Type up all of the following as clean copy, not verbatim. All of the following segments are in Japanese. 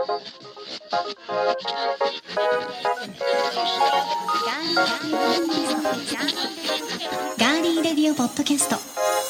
ガーリーレディオポッドキャスト。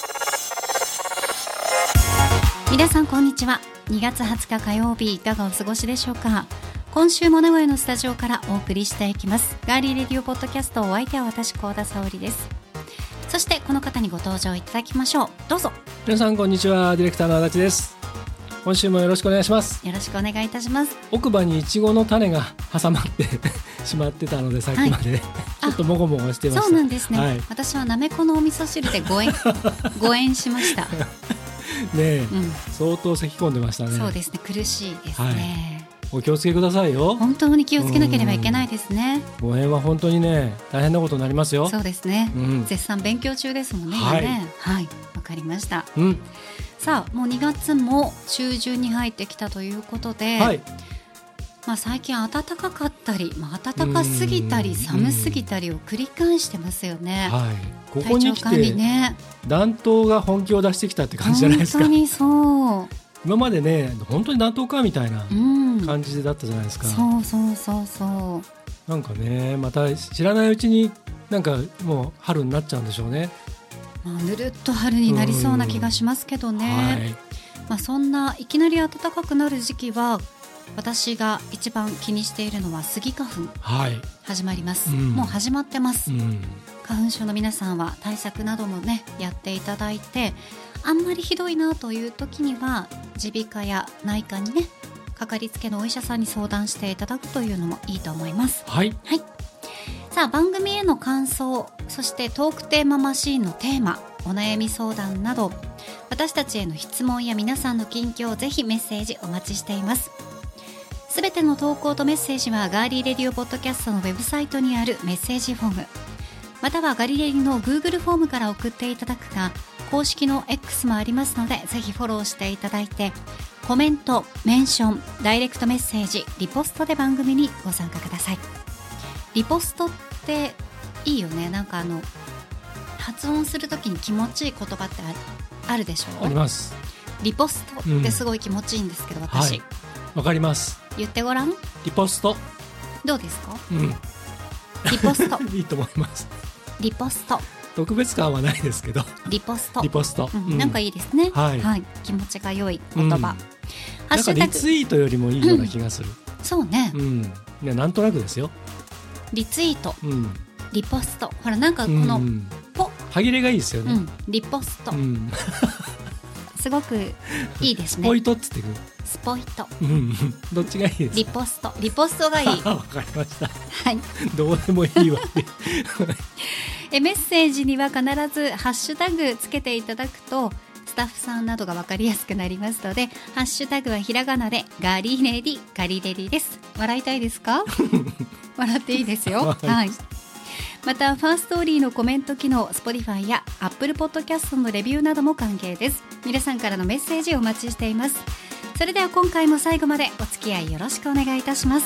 皆さんこんにちは。2月20日火曜日、いかがお過ごしでしょうか。今週も名古屋のスタジオからお送りしていきます。ガーリーレディオポッドキャスト、お相手は私、幸田沙織です。そしてこの方にご登場いただきましょう。どうぞ。 皆さんこんにちは。ディレクターの足立です。今週もよろしくお願いします。 よろしくお願いいたします。 奥歯にイチゴの種が挟まってしまってたので、さっきまで、はい、ちょっともごもごしてました。 そうなんですね、 はい、 私はなめこのお味噌汁で誤嚥しましたねえ、相当咳き込んでましたね。 そうですね、苦しいですね、 はい、お気をつけくださいよ。 本当に気をつけなければいけないですね。 誤嚥は本当にね、大変なことになりますよ。 そうですね、絶賛勉強中ですもんね、今ね。はい、わかりました。さあ、もう2月も中旬に入ってきたということで、はい、最近暖かかったり、暖かすぎたり寒すぎたりを繰り返してますよね。はい、 ここに来て、ね、暖冬が本気を出してきたって感じじゃないですか。 本当にそう。 今までね、本当に暖冬かみたいな感じだったじゃないですか。そうなんかね、また知らないうちになんかもう春になっちゃうんでしょうね。 ぬるっと春になりそうな気がしますけどね。そんないきなり暖かくなる時期は、私が一番気にしているのはスギ花粉、始まります、もう始まってます、花粉症の皆さんは対策などもね、やっていただいて、あんまりひどいなという時には耳鼻科や内科にね、かかりつけのお医者さんに相談していただくというのもいいと思います。はい、さあ、番組への感想、そしてトークテーママシーンのテーマ、お悩み相談など、私たちへの質問や皆さんの近況、ぜひメッセージお待ちしています。すべての投稿とメッセージはガーリーレディオポッドキャストのウェブサイトにあるメッセージフォーム、またはガリレディの Google フォームから送っていただくか、公式の X もありますので、ぜひフォローしていただいて、コメント、メンション、ダイレクトメッセージ、リポストで番組にご参加ください。リポストっていいよね。なんか発音するときに気持ちいい言葉ってあるでしょ。 あります。 リポストってすごい気持ちいいんですけど、私。 わかります。 言ってごらん。 リポスト。 どうですか。リポスト。 いいと思います。 リポスト。 特別感はないですけど。 リポスト。 リポスト。 なんかいいですね。はい。気持ちが良い言葉。 なんかリツイートよりもいいような気がする。 そうね。 なんとなくですよ。 リツイート、リポスト、ほら、なんかこのポ歯切れがいいですよね。 リポスト、すごくいいですね。 スポイトっつってくる。 スポイト、 どっちがいいですか。 リポスト、リポストがいい。 わかりました。 はい、 どうでもいいわメッセージには必ずハッシュタグつけていただくと、スタッフさんなどが分かりやすくなりますので、ハッシュタグはひらがなでガリレディ、ガリレディです。笑いたいですか。笑っていいですよ。はい。また、ファーストーリーのコメント機能、Spotify や Apple Podcast のレビューなども歓迎です。皆さんからのメッセージをお待ちしています。それでは今回も最後までお付き合いよろしくお願いいたします。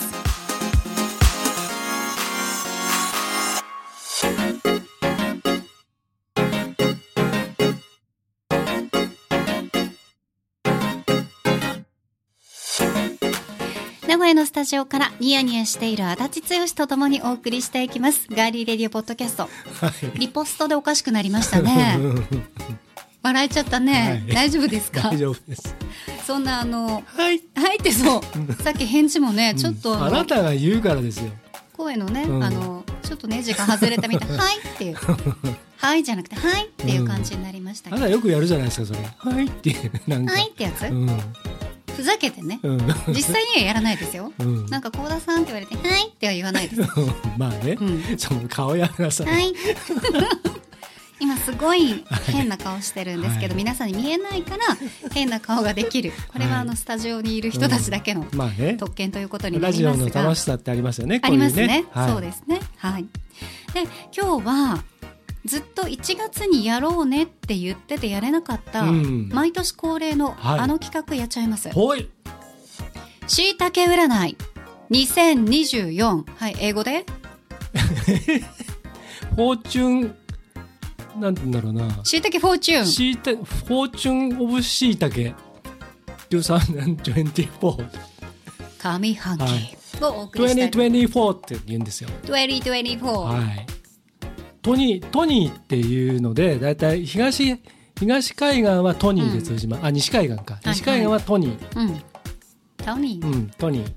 名古屋のスタジオからニヤニヤしている足立剛とともにお送りしていきます。ガーリーレディオポッドキャスト、リポストでおかしくなりましたね。笑えちゃったね、大丈夫ですか。 大丈夫です。 そんなはいってそうさっき返事もね、ちょっとあなたが言うからですよ。 声のね、ちょっとネジが外れたみたいはいっていうはいじゃなくてはいっていう感じになりましたけど、 あなたよくやるじゃないですか、それ。はいってなんかはいってやつ、ふざけてね、実際にはやらないですよ。なんか幸田さんって言われてはいっては言わないです。 まあね、その顔やらさい。はい今すごい変な顔してるんですけど、皆さんに見えないから変な顔ができる。これはスタジオにいる人たちだけの特権ということになりますが、ラジオの楽しさってありますよね。 ありますね。そうですね。はい。で、今日はずっと1月にやろうねって言っててやれなかった、毎年恒例のあの企画やっちゃいます。しいたけ占い2024。はい、英語でフォーチュン、なんて言うんだろうな。 しいたけフォーチュン。 フォーチュンオブしいたけ2024。 上半期をお送りしたい。 2024って言うんですよ。 2024。 はい。トニーっていうので、だいたい東海岸はトニーで通じます。西海岸か。西海岸はトニー。 トニー。 トニー。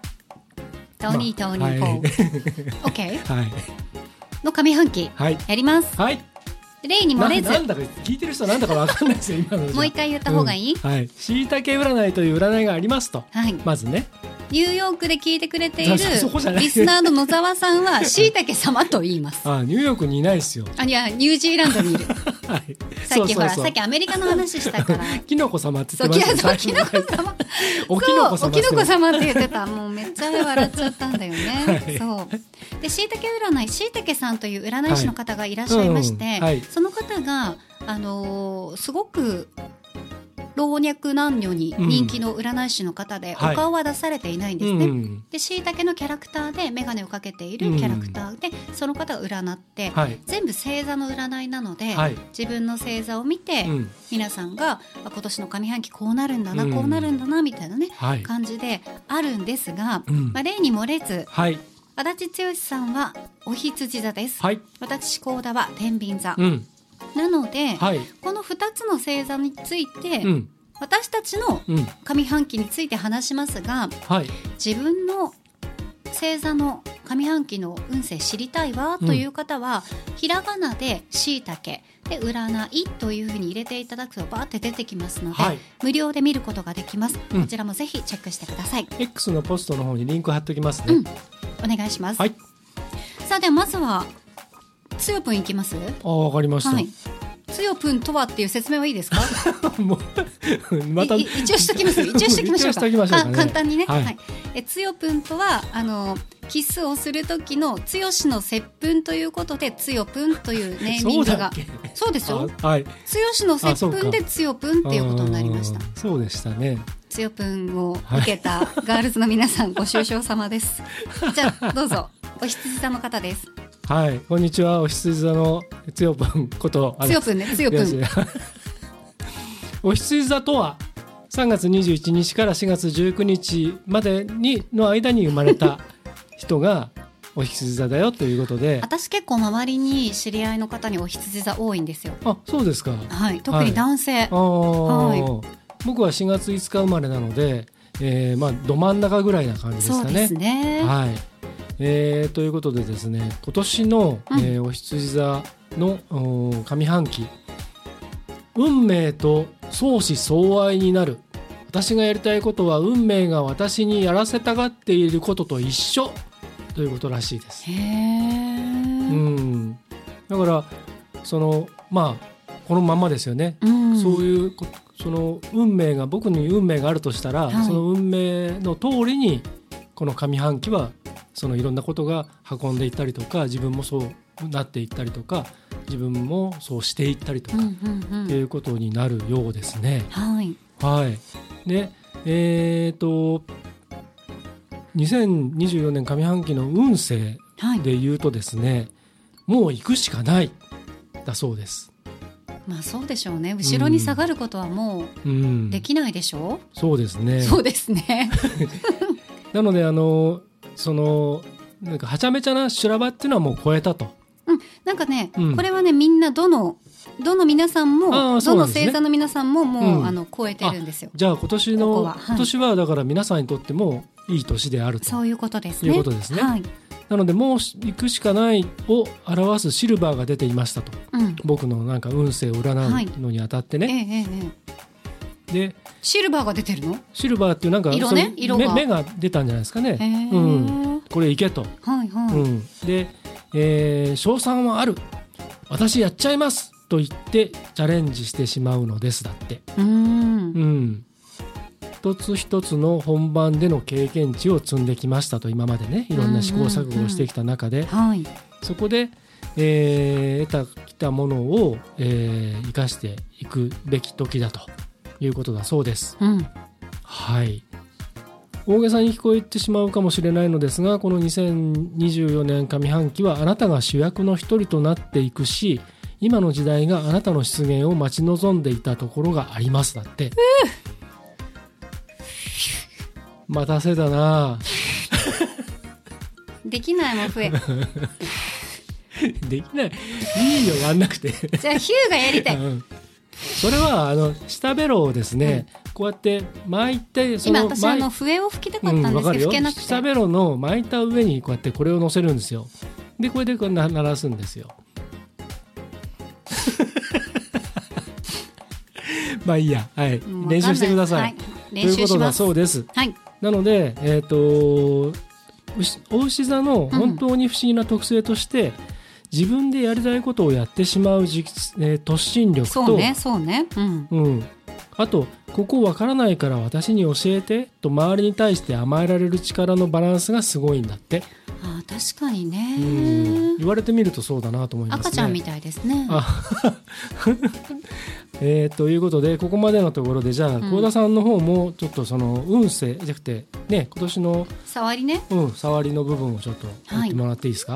OK。はい。の上半期、やります。 はい。 例に漏れず。 なんだか聞いてる人はなんだか分かんないですよ、今の。 もう一回言った方がいい？ はい。しいたけ占いという占いがありますと。はい。まずね。 ニューヨークで聞いてくれているリスナーの野沢さんはしいたけ様と言います。 ニューヨークにいないですよ。 いや、ニュージーランドにいる。はい、さっきほら、さっきアメリカの話したから。 キノコ様って言ってました。 キノコ様。 おきのこ様。 おきのこ様って言ってた。もうめっちゃ笑っちゃったんだよね。そう。で、しいたけ占い、しいたけさんという占い師の方がいらっしゃいまして、その方がすごく老若男女に人気の占い師の方で、お顔は出されていないんですね。で、しいたけのキャラクターで眼鏡をかけているキャラクターで、その方が占って、全部星座の占いなので、自分の星座を見て、皆さんが今年の上半期こうなるんだな、こうなるんだなみたいなね、感じであるんですが、例に漏れず、足立剛さんはお羊座です。私幸田は天秤座。なので、この2つの星座について、私たちの上半期について話しますが、自分の星座の上半期の運勢知りたいわという方は、ひらがなでしいたけで占いというふうに入れていただくとバーって出てきますので、無料で見ることができます。こちらもぜひチェックしてください。 X のポストの方にリンク貼っておきますね。 お願いします。さあ、ではまずはつよぷんいきます。 わかりました。 つよぷんとはっていう説明はいいですか？ もうまた一応しときます。一応しときましょうか。簡単にね。つよぷんとはキスをする時のつよしの接吻ということでつよぷんというネーミングが。そうですよ。つよしの接吻でつよぷんっていうことになりました。 そうでしたね。 つよぷんを受けたガールズの皆さん、ご愁傷様です。じゃあどうぞ。お羊座の方です。 はい、こんにちは。お羊座のつよぷんことつよぷんね、つよぷん。 お羊座とは3月21日から4月19日までの間に生まれた人がお羊座だよということで、 私結構周りに知り合いの方にお羊座多いんですよ。 そうですか。 特に男性。 僕は4月5日生まれなので、ど真ん中ぐらいな感じですかね。 そうですね。 ということでですね、今年の、お羊座の上半期、運命と相思相愛になる。私がやりたいことは運命が私にやらせたがっていることと一緒ということらしいです。だからこのままですよね。そういうその僕に運命があるとしたら、その運命の通りにこの上半期はそのいろんなことが運んでいったりとか、自分もそうなっていったりとか、自分もそうしていったりとかっていうことになるようですね。で、2024年上半期の運勢で言うとですね、もう行くしかないだそうです。 そうでしょうね。後ろに下がることはもうできないでしょう。 そうですね。 そうですね。 なのでなんかはちゃめちゃな修羅場っていうのはもう超えたと。 なんかね、これはね、みんなどの皆さんも、どの星座の皆さんももう、超えてるんですよ。 じゃあ今年はだから皆さんにとってもいい年であると。 そういうことですね。 いうことですね。なのでもう行くしかないを表すシルバーが出ていましたと。僕のなんか運勢を占うのにあたってね。でシルバーが出てるの？ シルバーっていうなんか色が目が出たんじゃないですかね。これいけと。で、賞賛はある。私やっちゃいますと言ってチャレンジしてしまうのですだって。一つ一つの本番での経験値を積んできましたと。今までね、いろんな試行錯誤をしてきた中で、そこで、得てきたものを、生かしていくべき時だということだそうです。大げさに聞こえてしまうかもしれないのですが、この2024年上半期はあなたが主役の一人となっていくし、今の時代があなたの出現を待ち望んでいたところがありますだって。 待たせたな。 できないもん笛。 できない。いいよ、やんなくて。 じゃあヒューがやりたい。 それは下ベロをですね、こうやって巻いて、 今私笛を吹きたかったんですけど、吹けなくて。 下ベロの巻いた上にこうやってこれを乗せるんですよ。でこれで鳴らすんですよ。まあいいや、はい、練習してください。はい、練習します。ということだそうです。 はい、なので、お牛座の本当に不思議な特性として、自分でやりたいことをやってしまう突進力と、 そうね、 あとここわからないから私に教えてと周りに対して甘えられる力のバランスがすごいんだって。 確かにね、 言われてみるとそうだなと思いますね。 赤ちゃんみたいですね。 ということでここまでのところで、じゃあ幸田さんの方もちょっとその運勢じゃなくてね、今年の触りね、 触りの部分をちょっと言ってもらっていいですか。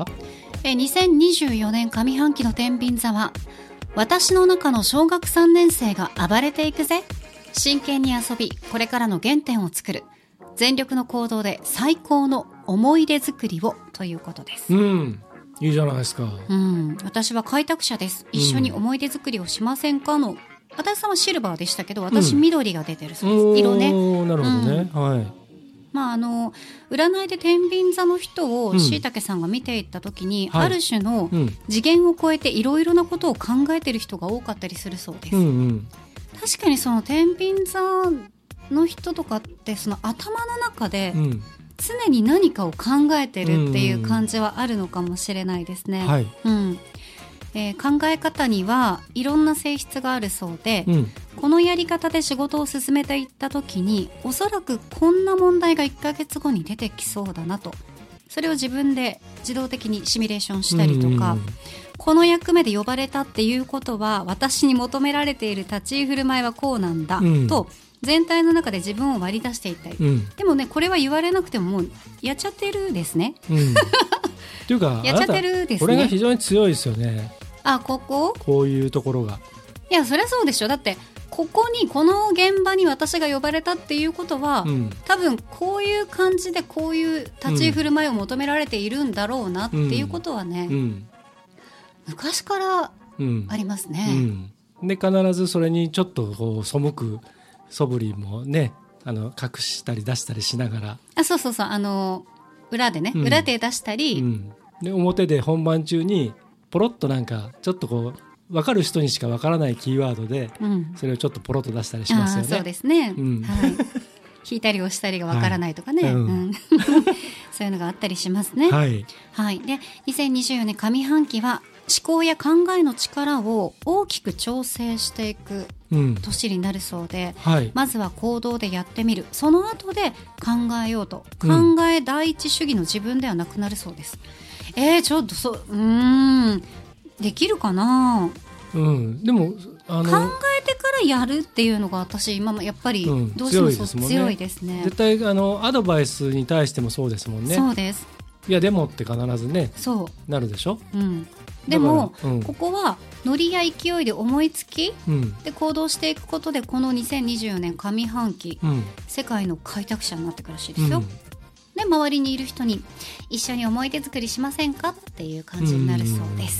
2024年上半期の天秤座は、私の中の小学3年生が暴れていくぜ、真剣に遊びこれからの原点を作る、全力の行動で最高の思い出作りを、ということです。 いいじゃないですか。 私は開拓者です、一緒に思い出作りをしませんかの、私さんはシルバーでしたけど、私緑が出てるそうです、色ね。 なるほどね、はい。 占いで天秤座の人をしいたけさんが見ていった時に、ある種の次元を超えていろいろなことを考えている人が多かったりするそうです。確かにその天秤座の人とかってその頭の中で常に何かを考えてるっていう感じはあるのかもしれないですね。考え方にはいろんな性質があるそうで、このやり方で仕事を進めていった時におそらくこんな問題が1ヶ月後に出てきそうだなと、それを自分で自動的にシミュレーションしたりとか、この役目で呼ばれたっていうことは私に求められている立ち居振る舞いはこうなんだ、と全体の中で自分を割り出していったり、でもね、これは言われなくてももうやっちゃってるですね。 っていうか、 やっちゃってるですね。 これが非常に強いですよね。 こういうところが。 いや、そりゃそうでしょ。だってこの現場に私が呼ばれたっていうことは、多分こういう感じでこういう立ち居振る舞いを求められているんだろうなっていうことはね、昔からありますね。 で必ずそれにちょっとこう背く素振りもね、隠したり出したりしながら、 裏でね、裏で出したり、 で表で本番中にポロッとなんかちょっとこう分かる人にしか分からないキーワードで、それをちょっとポロッと出したりしますよね。 そうですね、弾いたり押したりが分からないとかね、そういうのがあったりしますね。で2024年上半期は思考や考えの力を大きく調整していく年になるそうで、まずは行動でやってみる、その後で考えようと、考え第一主義の自分ではなくなるそうです。ちょっとできるかな。でも考えてからやるっていうのが私今もやっぱりどうしても強いですね。 絶対アドバイスに対してもそうですもんね。 そうです。 いやでもって必ずね、なるでしょ。 でも、ここはノリや勢いで思いつき、で行動していくことで、この2024年上半期、世界の開拓者になっていくらしいですよ。で周りにいる人に一緒に思い出作りしませんかっていう感じになるそうです。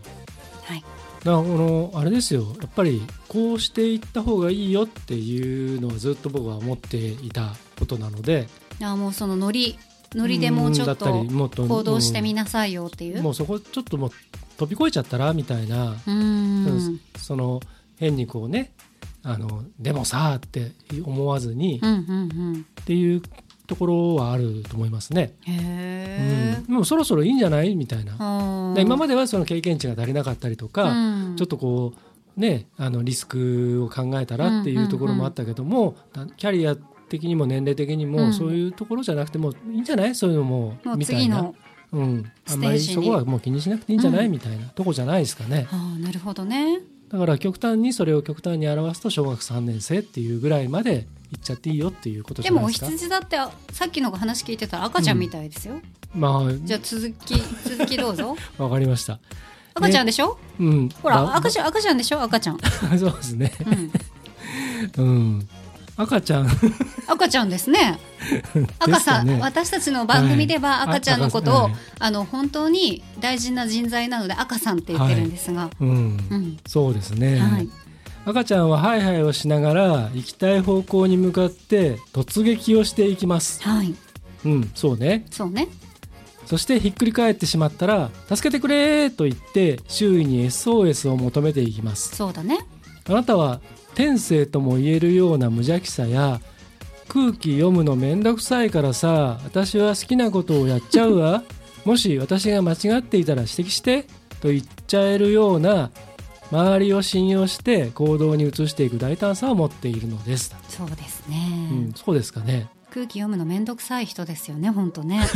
あれですよ、やっぱりこうしていった方がいいよっていうのはずっと僕は思っていたことなので、 もうそのノリでもうちょっと行動してみなさいよっていう、 もうそこちょっともう飛び越えちゃったらみたいな、その変にこうね、でもさって思わずに、っていうところはあると思いますね。もうそろそろいいんじゃないみたいな。今まではその経験値が足りなかったりとか、ちょっとこうね、リスクを考えたらっていうところもあったけども、キャリア的にも年齢的にもそういうところじゃなくてもいいんじゃない、そういうのもみたいな、あんまりそこはもう気にしなくていいんじゃない、みたいなとこじゃないですかね。 なるほどね。 だからそれを極端に表すと小学3年生っていうぐらいまで行っちゃっていいよっていうことじゃないですか。 でもお羊だってさっきの話聞いてたら赤ちゃんみたいですよ。じゃあ続きどうぞ。 わかりました。 赤ちゃんでしょ。ほら赤ちゃんでしょ、赤ちゃん。 そうですね。 赤ちゃん赤ちゃんですね赤さん、私たちの番組では赤ちゃんのことを、本当に大事な人材なので赤さんって言ってるんですが、 そうですね、赤ちゃんはハイハイをしながら行きたい方向に向かって突撃をしていきます。そうね。そしてひっくり返ってしまったら助けてくれと言って周囲に SOS を求めていきます。 そうだね。 あなたは天性とも言えるような無邪気さや空気読むのめんどくさいからさ私は好きなことをやっちゃうわもし私が間違っていたら指摘してと言っちゃえるような周りを信用して行動に移していく大胆さを持っているのです。 そうですね、 そうですかね。 空気読むのめんどくさい人ですよね本当ね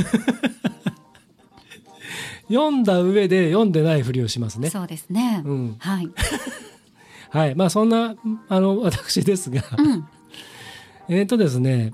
読んだ上で読んでないふりをしますね。 そうですね、 はい、そんな私ですが、ですね、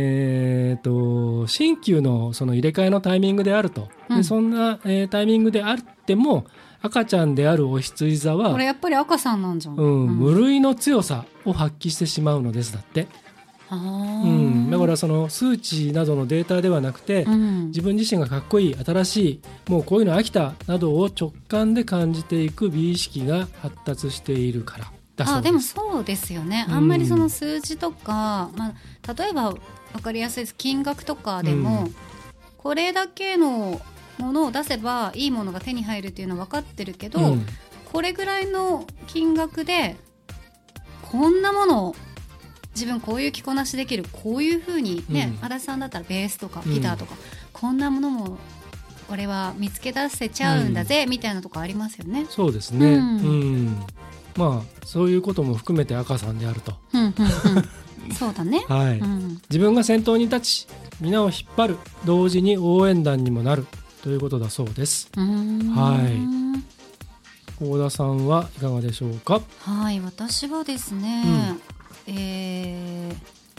新旧のその入れ替えのタイミングであると、でそんな、タイミングであっても赤ちゃんであるお羊座はこれやっぱり赤さんなんじゃん、 無類の強さを発揮してしまうのです。だってだからその数値などのデータではなくて、自分自身がかっこいい新しいもうこういうの飽きたなどを直感で感じていく美意識が発達しているからだそうです。 でもそうですよね、あんまりその数字とか、例えば分かりやすい金額とかでも、これだけのものを出せばいいものが手に入るっていうのは分かってるけど、これぐらいの金額でこんなものを自分こういう着こなしできるこういう風にね、足立さんだったらベースとかギターとか、こんなものも俺は見つけ出せちゃうんだぜ、みたいなとこありますよね。 そうですね、そういうことも含めて赤さんであると、 そうだね、 自分が先頭に立ち皆を引っ張る同時に応援団にもなるということだそうです。幸田さんはいかがでしょうか。 私はですね、天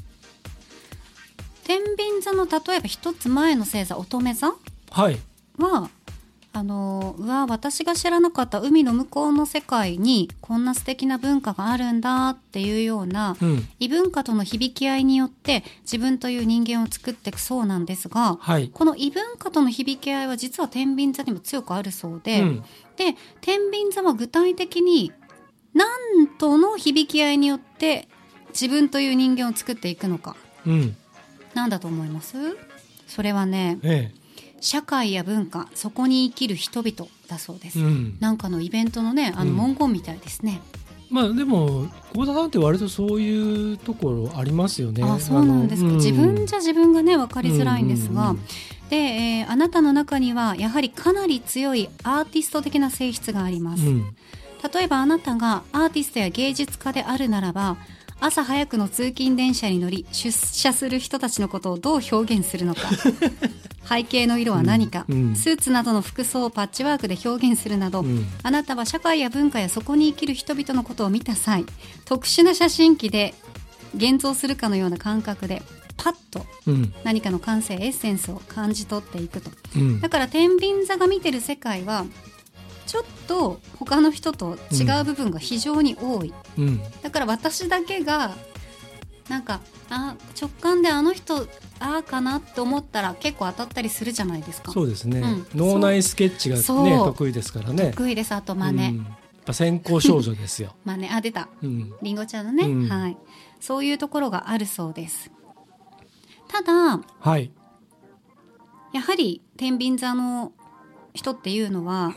秤座の例えば一つ前の星座乙女座は、私が知らなかった海の向こうの世界にこんな素敵な文化があるんだっていうような、異文化との響き合いによって自分という人間を作っていくそうなんですが、この異文化との響き合いは実は天秤座にも強くあるそうで、で天秤座は具体的に何との響き合いによって自分という人間を作っていくのか、なんだと思います？それはね、社会や文化、そこに生きる人々だそうです。なんかのイベントのね、文言みたいですね。 でも幸田さんって割とそういうところありますよね。 そうなんですか。自分じゃ自分がね分かりづらいんですが、で、あなたの中にはやはりかなり強いアーティスト的な性質があります。例えばあなたがアーティストや芸術家であるならば、朝早くの通勤電車に乗り出社する人たちのことをどう表現するのか背景の色は何か、スーツなどの服装をパッチワークで表現するなど、あなたは社会や文化やそこに生きる人々のことを見た際、特殊な写真機で現像するかのような感覚でパッと何かの感性、エッセンスを感じ取っていくと、だから天秤座が見てる世界はちょっと他の人と違う部分が非常に多い、だから私だけがなんか直感であの人かなって思ったら結構当たったりするじゃないですか。 そうですね、脳内スケッチが、ね、得意ですからね。得意です。あと真似、 先行少女ですよ真似出た、りんごちゃんのね、そういうところがあるそうです。ただ、やはり天秤座の人っていうのは、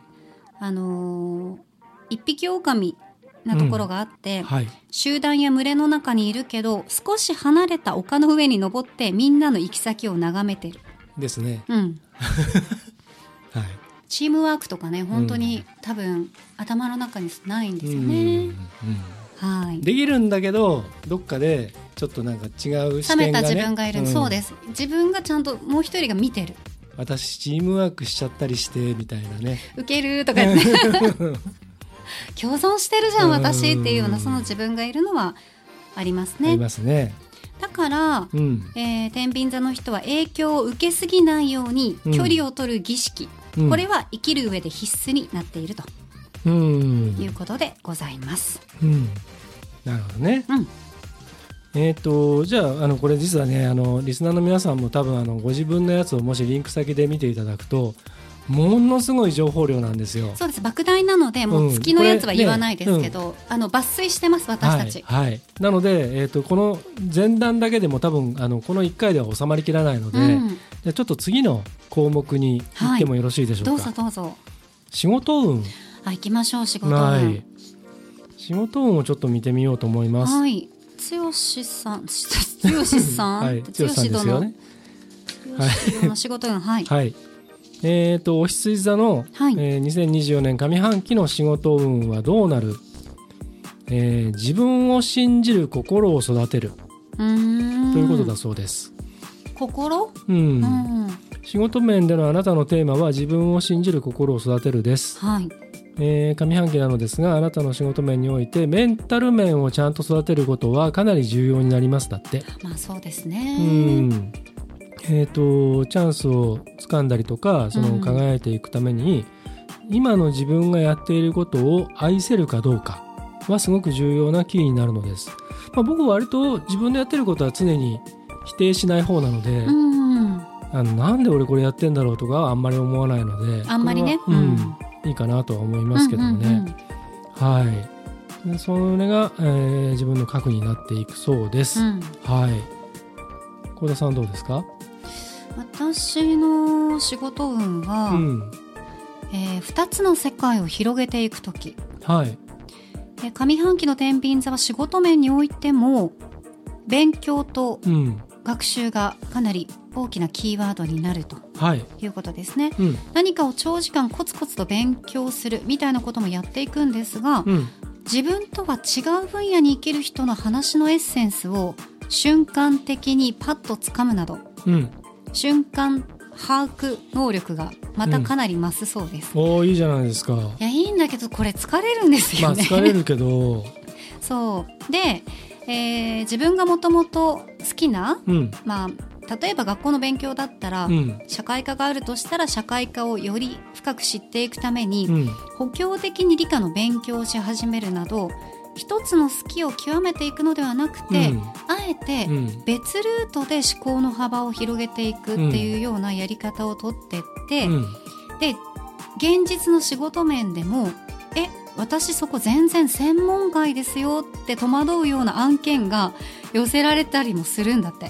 一匹狼なところがあって、集団や群れの中にいるけど少し離れた丘の上に登ってみんなの行き先を眺めてるですね。 チームワークとかね、本当に多分頭の中にないんですよね。 できるんだけどどっかでちょっとなんか違う視点がね、 冷めた自分がいる、そうです。自分がちゃんともう一人が見てる。 私チームワークしちゃったりしてみたいなね、 ウケるとか言って共存してるじゃん私っていうような、その自分がいるのはありますね。 ありますね。 だから、天秤座の人は影響を受けすぎないように距離を取る儀式、これは生きる上で必須になっているということでございます。 なるほどね。 じゃあ、これ実はねリスナーの皆さんも多分ご自分のやつをもしリンク先で見ていただくとものすごい情報量なんですよ。 そうです、莫大なのでもう月のやつは言わないですけど、抜粋してます私たち、 はいはい、なので、この前段だけでも多分この1回では収まりきらないので、じゃあちょっと次の項目に行ってもよろしいでしょうか。 どうぞどうぞ。 仕事運、 行きましょう。仕事運、 はい、仕事運をちょっと見てみようと思います。 はい、剛さんはい、剛さんですよね。 剛殿の仕事運、はい、 はい、お羊座の、2024年上半期の仕事運はどうなる、自分を信じる心を育てるということだそうです。 心、 仕事面でのあなたのテーマは自分を信じる心を育てるです、はい、上半期なのですがあなたの仕事面においてメンタル面をちゃんと育てることはかなり重要になります。だって、 まあそうですね。 チャンスを掴んだりとか輝いていくために、今の自分がやっていることを愛せるかどうかはすごく重要なキーになるのです。僕は割と自分でやってることは常に否定しない方なので、なんで俺これやってんだろうとかはあんまり思わないので、 あんまりね、 いいかなとは思いますけどね、はい、それが、自分の核になっていくそうです、はい。幸田さんどうですか？ 私の仕事運は、2つの世界を広げていくとき、はい、上半期の天秤座は仕事面においても勉強と学習がかなり大きなキーワードになるということですね、何かを長時間コツコツと勉強するみたいなこともやっていくんですが、自分とは違う分野に生きる人の話のエッセンスを瞬間的にパッとつかむなど、瞬間把握能力がまたかなり増すそうです、 いいじゃないですか。 いや、いいんだけどこれ疲れるんですよね。 疲れるけどそうで、自分がもともと好きな、例えば学校の勉強だったら、社会科があるとしたら社会科をより深く知っていくために、補強的に理科の勉強をし始めるなど一つの好きを極めていくのではなくて、あえて別ルートで思考の幅を広げていくっていうようなやり方をとってって、で現実の仕事面でも私そこ全然専門外ですよって戸惑うような案件が寄せられたりもするんだって、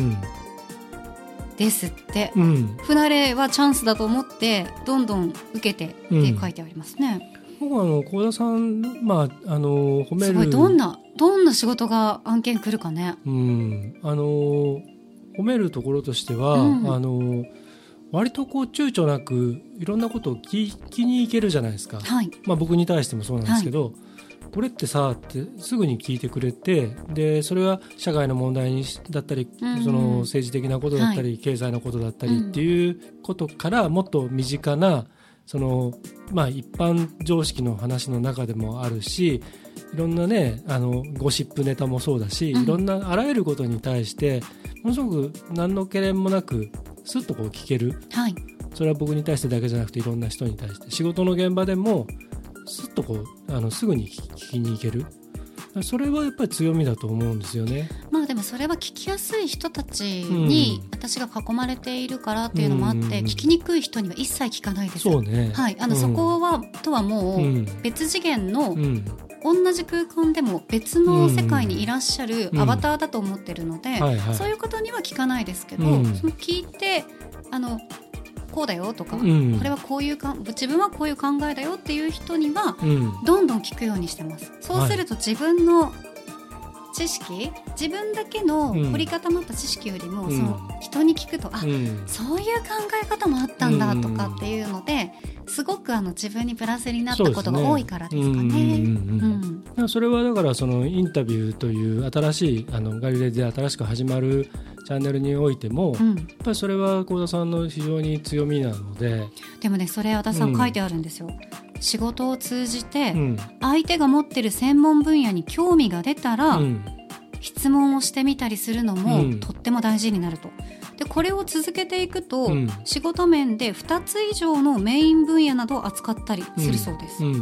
ですって、不慣れはチャンスだと思ってどんどん受けてって書いてありますね。 僕は幸田さん、褒めるすごいどんな仕事が案件来るかね、 褒めるところとしては、割と躊躇なくいろんなことを聞きに行けるじゃないですか、僕に対してもそうなんですけど、これってさってすぐに聞いてくれて、でそれは社会の問題だったり、その政治的なことだったり、経済のことだったりっていうことからもっと身近な一般常識の話の中でもあるし、いろんなねゴシップネタもそうだし、いろんなあらゆることに対してものすごく何の懸念もなくスッと聞ける、それは僕に対してだけじゃなくていろんな人に対して、仕事の現場でもスッとすぐに聞きに行ける、それはやっぱり強みだと思うんですよね。 でもそれは聞きやすい人たちに私が囲まれているからっていうのもあって、聞きにくい人には一切聞かないです。 そうね、 そことはもう別次元の、同じ空間でも別の世界にいらっしゃるアバターだと思ってるので、そういうことには聞かないですけど、その聞いてこうだよとか、これはこういう自分はこういう考えだよっていう人にはどんどん聞くようにしてます。そうすると自分の知識、自分だけの凝り固まった知識よりも、その人に聞くと、そういう考え方もあったんだとかっていうのですごく自分にプラスになったことが多いからですかね。 それはだからそのインタビューという新しいガリレデで新しく始まるチャンネルにおいても、やっぱりそれは幸田さんの非常に強みなので。 でもね、それ和田さん書いてあるんですよ、仕事を通じて相手が持ってる専門分野に興味が出たら、質問をしてみたりするのもとっても大事になると。でこれを続けていくと、仕事面で2つ以上のメイン分野などを扱ったりするそうです。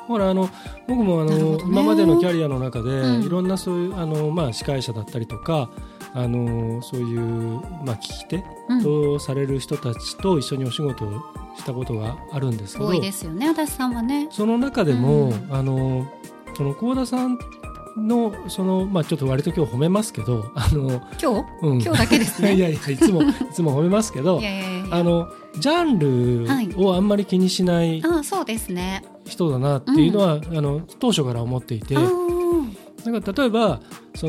ほら僕も今までのキャリアの中で、いろんなそういう司会者だったりとかそういう、聞き手とされる人たちと一緒にお仕事をしたことがあるんですけど、 多いですよね、足立さんはね。 その中でも、その幸田さんのちょっと割と今日褒めますけど今日だけですね。 いやいつも褒めますけどジャンルをあんまり気にしない人だなっていうのは、当初から思っていて、だから例えば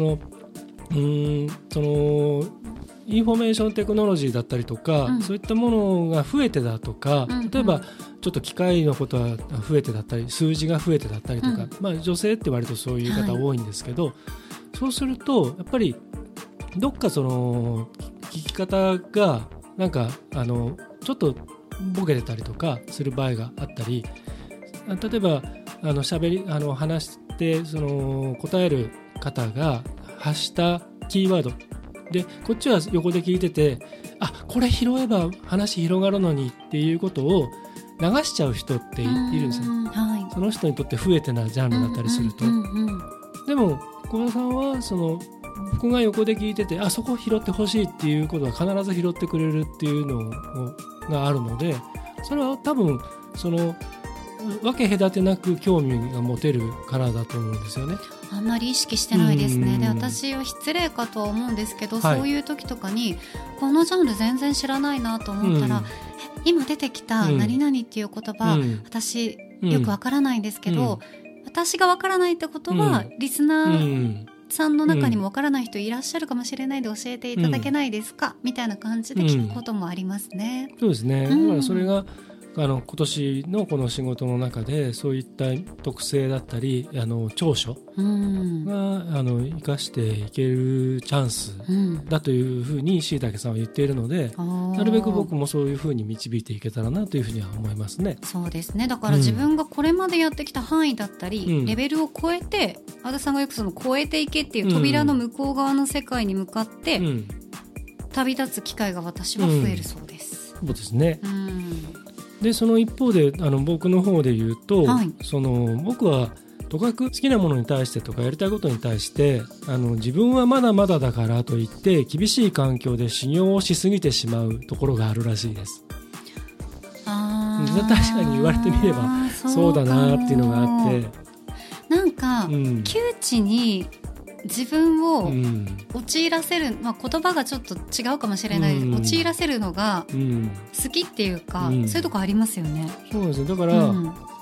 インフォメーションテクノロジーだったりとか、そういったものが増えてだとか、例えばちょっと機械のことが増えてだったり数字が増えてだったりとか、女性って割とそういう方多いんですけど、そうするとやっぱりどっか聞き方がなんかちょっとボケてたりとかする場合があったり、例えば話して答える方が発したキーワードでこっちは横で聞いてて、これ拾えば話広がるのにっていうことを流しちゃう人っているんですよ、その人にとって増えてないジャンルだったりすると、でも幸田さんは僕が横で聞いててそこ拾ってほしいっていうことは必ず拾ってくれるっていうのがあるので、それは多分分け隔てなく興味が持てるからだと思うんですよね。 あんまり意識してないですね。で、私は失礼かとは思うんですけど、そういう時とかにこのジャンル全然知らないなと思ったら、今出てきた何々っていう言葉、私よくわからないんですけど、私がわからないってことは、リスナーさんの中にもわからない人いらっしゃるかもしれないので教えていただけないですか、みたいな感じで聞くこともありますね。 そうですね。だからそれが今年のこの仕事の中でそういった特性だったり長所が生かしていけるチャンスだというふうに椎茸さんは言っているので、なるべく僕もそういうふうに導いていけたらなというふうには思いますね。 そうですね。だから自分がこれまでやってきた範囲だったり、レベルを超えて、和田さんがよく超えていけっていう扉の向こう側の世界に向かって、旅立つ機会が私は増えるそうです。 そうですね。でその一方で僕の方で言うと、僕はとかく好きなものに対してとかやりたいことに対して自分はまだまだだからといって厳しい環境で修行をしすぎてしまうところがあるらしいです。確かに言われてみればそうだなっていうのがあって、 なんか、窮地に自分を陥らせる、言葉がちょっと違うかもしれない、陥らせるのが好きっていうか、そういうとこありますよね。 そうですね。だから、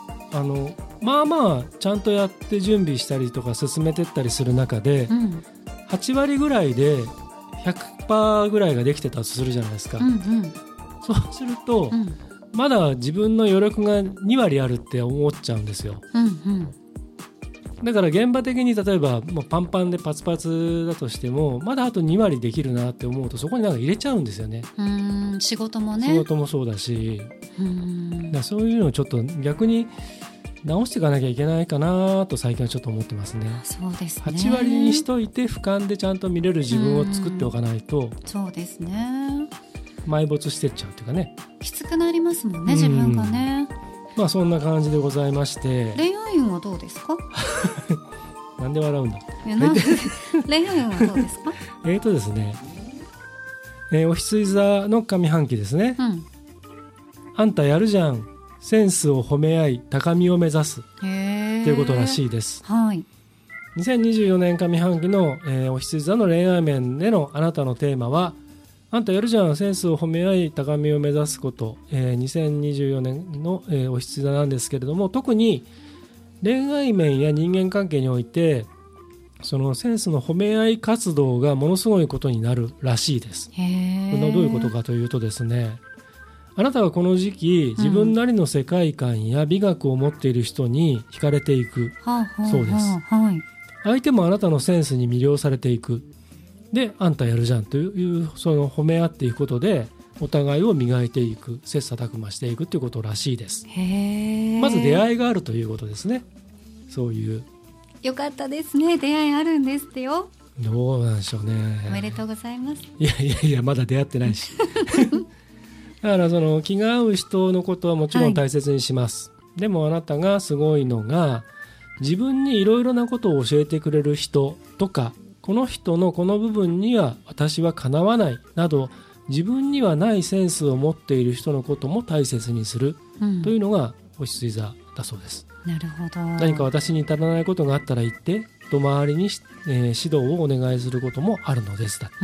ちゃんとやって準備したりとか進めてったりする中で、8割ぐらいで 100% ぐらいができてたとするじゃないですか。そうすると、まだ自分の余力が2割あるって思っちゃうんですよ。だから現場的に例えばもうパンパンでパツパツだとしてもまだあと2割できるなって思うとそこになんか入れちゃうんですよね。 仕事もね。 仕事もそうだし、だそういうのをちょっと逆に直していかなきゃいけないかなと最近はちょっと思ってますね。 そうですね。 8割にしといて俯瞰でちゃんと見れる自分を作っておかないと、 そうですね。 埋没してっちゃうっていうかね。 きつくなりますもんね、自分がね。 そんな感じでございまして。 恋愛運はどうですか？ なんで笑うんだ。 恋愛運はどうですか？ ですね、お羊座の上半期ですね、あんたやるじゃん、センスを褒め合い高みを目指すということらしいです。2024年上半期の、お羊座の恋愛面でのあなたのテーマはあんたやるじゃん、センスを褒め合い高みを目指すこと、2024年の、お羊座なんですけれども、特に恋愛面や人間関係においてそのセンスの褒め合い活動がものすごいことになるらしいです。どういうことかというとですね、あなたはこの時期自分なりの世界観や美学を持っている人に惹かれていくそうです。相手もあなたのセンスに魅了されていく。であんたやるじゃんというその褒め合っていくことでお互いを磨いていく、切磋琢磨していくということらしいです。まず出会いがあるということですね。そういうよかったですね。出会いあるんですってよ。 どうなんでしょうね。 おめでとうございます。 いやまだ出会ってないしだからその気が合う人のことはもちろん大切にします。 でもあなたがすごいのが、自分にいろいろなことを教えてくれる人とか、この人のこの部分には私はかなわないなど、自分にはないセンスを持っている人のことも大切にするというのが星水座だそうです。 なるほど。 何か私に足らないことがあったら言ってと周りに、指導をお願いすることもあるのですだって、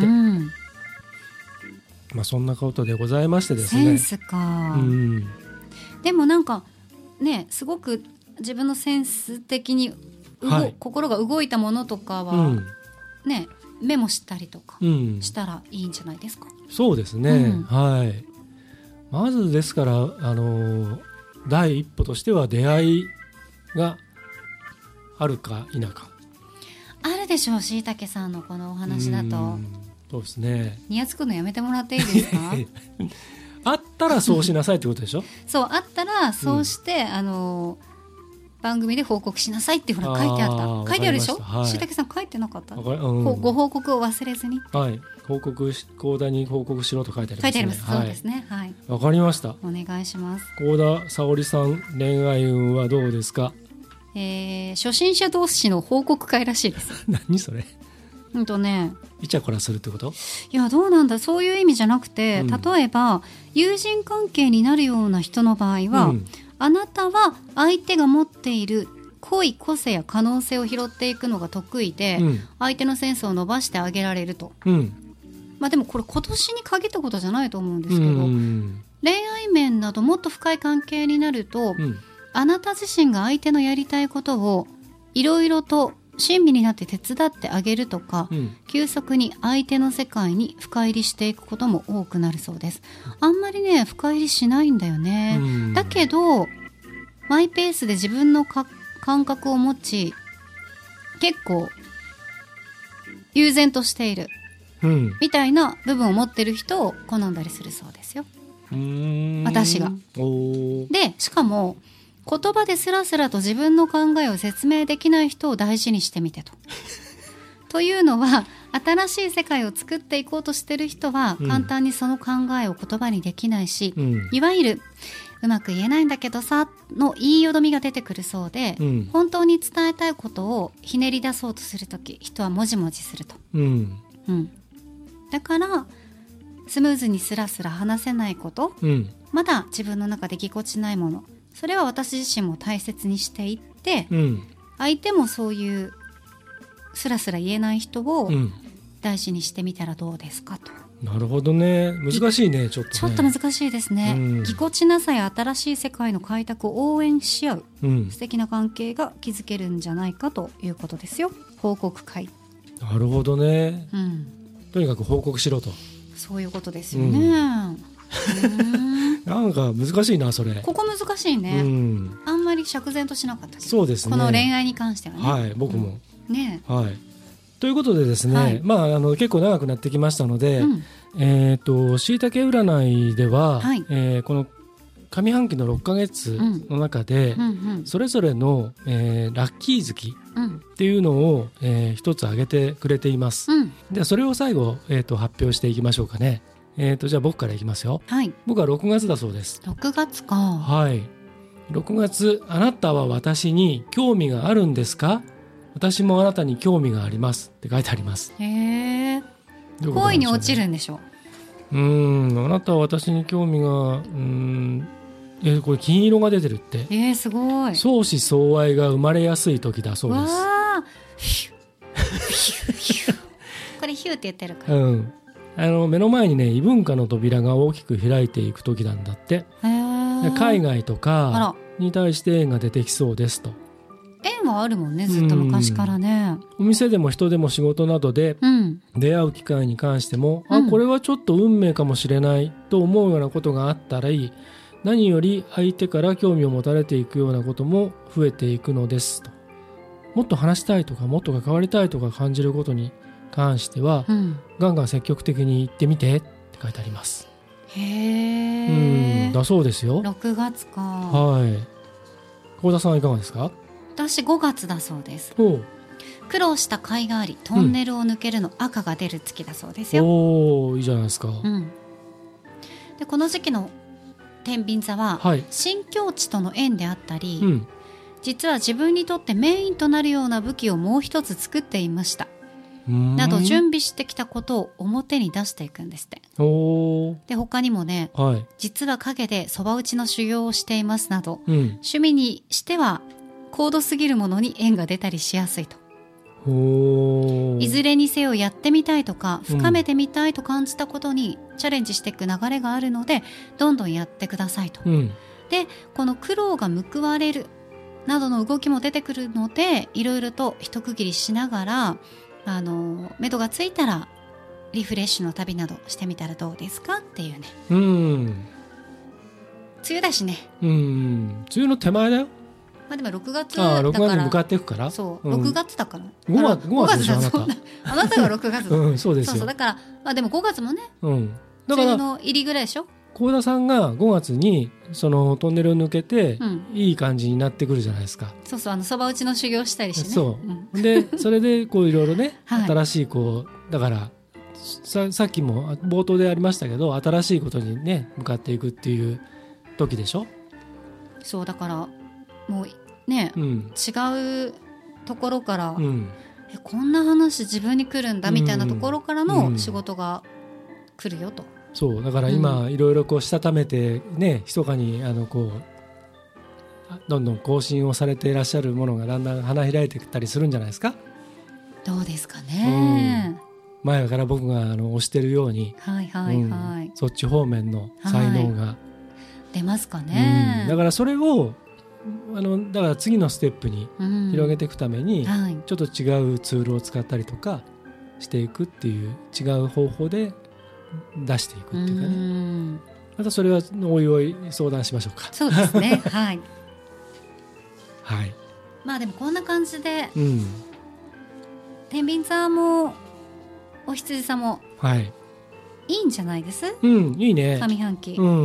そんなことでございましてですね。 センスか、でもなんかね、すごく自分のセンス的に心が動いたものとかは、ね、メモしたりとかしたらいいんじゃないですか。 そうですね、はい。まずですから、第一歩としては出会いがあるか否か。 あるでしょう、しいたけさんのこのお話だと。 そうですね。 にやつくのやめてもらっていいですか？ あったらそうしなさいってことでしょ。 そうあったらそうして、番組で報告しなさいってほら書いてあった。書いてあるでしょ。しいたけさん書いてなかった？ご報告を忘れずに。 はい。幸田に報告しろと書いてありますね。 書いてあります。そうですね。はい。 わかりました。 お願いします。 幸田沙織さん、恋愛運はどうですか？ 初心者同士の報告会らしいです。 何それ？イチャコラするってこと？ いや、どうなんだ、そういう意味じゃなくて、例えば友人関係になるような人の場合は、あなたは相手が持っている濃い個性や可能性を拾っていくのが得意で、相手のセンスを伸ばしてあげられると、でもこれ今年に限ったことじゃないと思うんですけど、恋愛面などもっと深い関係になると、あなた自身が相手のやりたいことをいろいろと親身になって手伝ってあげるとか、急速に相手の世界に深入りしていくことも多くなるそうです。あんまりね、深入りしないんだよね。だけどマイペースで自分の感覚を持ち、結構悠然としている、みたいな部分を持ってる人を好んだりするそうですよ。私が。で、しかも言葉でスラスラと自分の考えを説明できない人を大事にしてみてと。というのは、新しい世界を作っていこうとしてる人は簡単にその考えを言葉にできないし、いわゆるうまく言えないんだけどさの言いよどみが出てくるそうで、本当に伝えたいことをひねり出そうとするとき、人はもじもじすると、だからスムーズにスラスラ話せないこと、まだ自分の中でぎこちないもの、それは私自身も大切にしていって、相手もそういうスラスラ言えない人を大事にしてみたらどうですかと。 なるほどね。難しいね。ちょっと難しいですね。ぎこちなさや新しい世界の開拓を応援し合う、素敵な関係が築けるんじゃないかということですよ。報告会。 なるほどね、とにかく報告しろと。 そういうことですよね。 なんか難しいな、それ。 ここ難しいね。あんまり釈然としなかった。 そうですね。 この恋愛に関してはね。 はい、僕も。 ね。 はい。ということでですね、結構長くなってきましたので、しいたけ占いでは、この上半期の6ヶ月の中で、それぞれの、ラッキー月っていうのを、一つ挙げてくれています。でそれを最後、発表していきましょうかね。じゃあ僕からいきますよ。僕は6月だそうです。 6月か。 はい。6月、あなたは私に興味があるんですか？私もあなたに興味がありますって書いてあります。 へえ。恋に落ちるんでしょう。 あなたは私に興味がこれ金色が出てるって。 すごい。 相思相愛が生まれやすい時だそうです。 これヒューって言ってるから。 目の前にね、異文化の扉が大きく開いていく時なんだって。海外とかに対して縁が出てきそうですと。 縁はあるもんね、ずっと昔からね。 お店でも人でも仕事などで出会う機会に関しても、これはちょっと運命かもしれないと思うようなことがあったらいい。何より相手から興味を持たれていくようなことも増えていくのですと。もっと話したいとかもっと関わりたいとか感じることに関しては、ガンガン積極的に言ってみてって書いてあります。 へえ。 だそうですよ。 6月か。 はい。幸田さんはいかがですか？ 私5月だそうです。苦労した甲斐があり、トンネルを抜けるの赤が出る月だそうですよ。 いいじゃないですか。 でこの時期の天秤座は、 はい、 新境地との縁であったり、 うん、 実は自分にとってメインとなるような武器をもう一つ作っていましたなど準備してきたことを表に出していくんですって。で他にもね、はい、実は陰でそば打ちの修行をしていますなど、うん、趣味にしては高度すぎるものに縁が出たりしやすいと。いずれにせよやってみたいとか深めてみたいと感じたことにチャレンジしていく流れがあるのでどんどんやってくださいと、うん、でこの苦労が報われるなどの動きも出てくるのでいろいろと一区切りしながら目処がついたらリフレッシュの旅などしてみたらどうですかっていうね。うん、梅雨だしね。 梅雨の手前だよ。 まあ、でも6月だから 6月に向かっていくからそう、6月だから 5月でしょあなたが6月だ、 うん、そうですよ。 そうだから、まあ、でも5月もね、うん、だから梅雨の入りぐらいでしょ。 幸田さんが5月にそのトンネルを抜けて、うん、いい感じになってくるじゃないですか。 そうそうそば打ちの修行したりしてね。 そう、うん、でそれでこういろいろね、はい、新しいこうだからさっきも冒頭でありましたけど新しいことにね向かっていくっていう時でしょ。 そうだからもうね、うん、違うところから、うん、こんな話自分に来るんだみたいなところからの仕事が来るよと、うん、 そうだから今いろいろこうしたためてね密かにこうどんどん更新をされていらっしゃるものがだんだん花開いてきたりするんじゃないですか。 どうですかね、 うん、前から僕が推してるように、はいはいはい、そっち方面の才能が、はい、 出ますかね、 うん、だからそれをだから次のステップに広げていくために、はい、ちょっと違うツールを使ったりとかしていくっていう違う方法で出していくっていうかね。またそれはおいおい相談しましょうか。 そうですねはいはい、 まあでもこんな感じで、うん、天秤座もお羊座も、はい、いいんじゃないです、 うん、いいね上半期、 うんうん、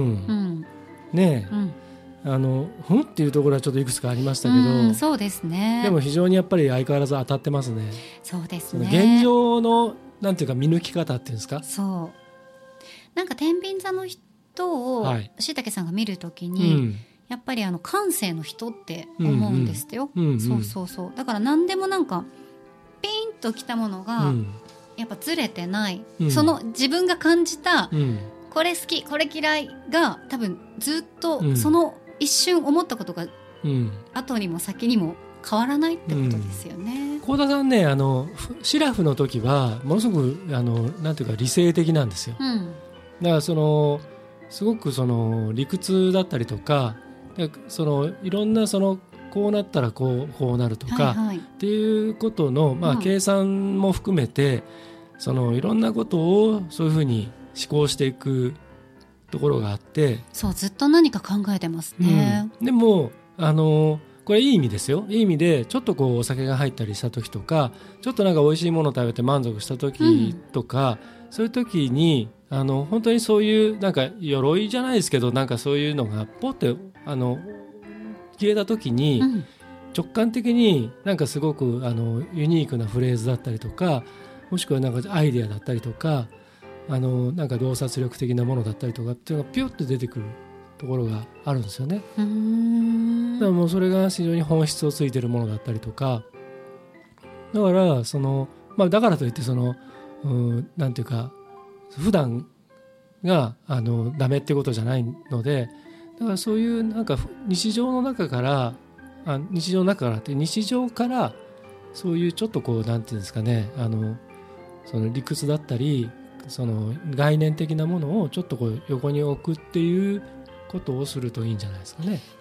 ねえ、うんふんっていうところはちょっといくつかありましたけど、 うん、そうですね。 でも非常にやっぱり相変わらず当たってますね。 そうですね。 現状のなんていうか見抜き方っていうんですか。 そうなんか天秤座の人をしいたけさんが見るときに、うん、やっぱり感性の人って思うんですよ、うんうん、そうそうそう。だから何でもなんかピンときたものがやっぱずれてない、うん、その自分が感じた、うん、これ好きこれ嫌いが多分ずっとその一瞬思ったことが後にも先にも変わらないってことですよね。 幸田さんねシラフの時はものすごくなんていうか理性的なんですよ、うん、だからすごく理屈だったりとかいろんなこうなったらこうなるとか、はいはい、っていうことの、まあ、計算も含めていろんなことをそういうふうに思考していくところがあって、 そうずっと何か考えてますね、 うん、でもこれいい意味ですよ。いい意味でちょっとお酒が入ったりした時とかちょっとなんか美味しいものを食べて満足した時とか、うん、そういう時に本当にそういうなんか鎧じゃないですけどなんかそういうのがポッて消えた時に、うん、直感的になんかすごくユニークなフレーズだったりとかもしくはなんかアイデアだったりとかなんか洞察力的なものだったりとかっていうのがピュッと出てくるところがあるんですよね。だからもうそれが非常に本質をついてるものだったりとかだからまあ、だからといってなんていうか普段がダメってことじゃないのでだからそういうなんか日常の中からって日常からそういうちょっとなんていうんですかね理屈だったり概念的なものをちょっと横に置くっていうことをするといいんじゃないですかね。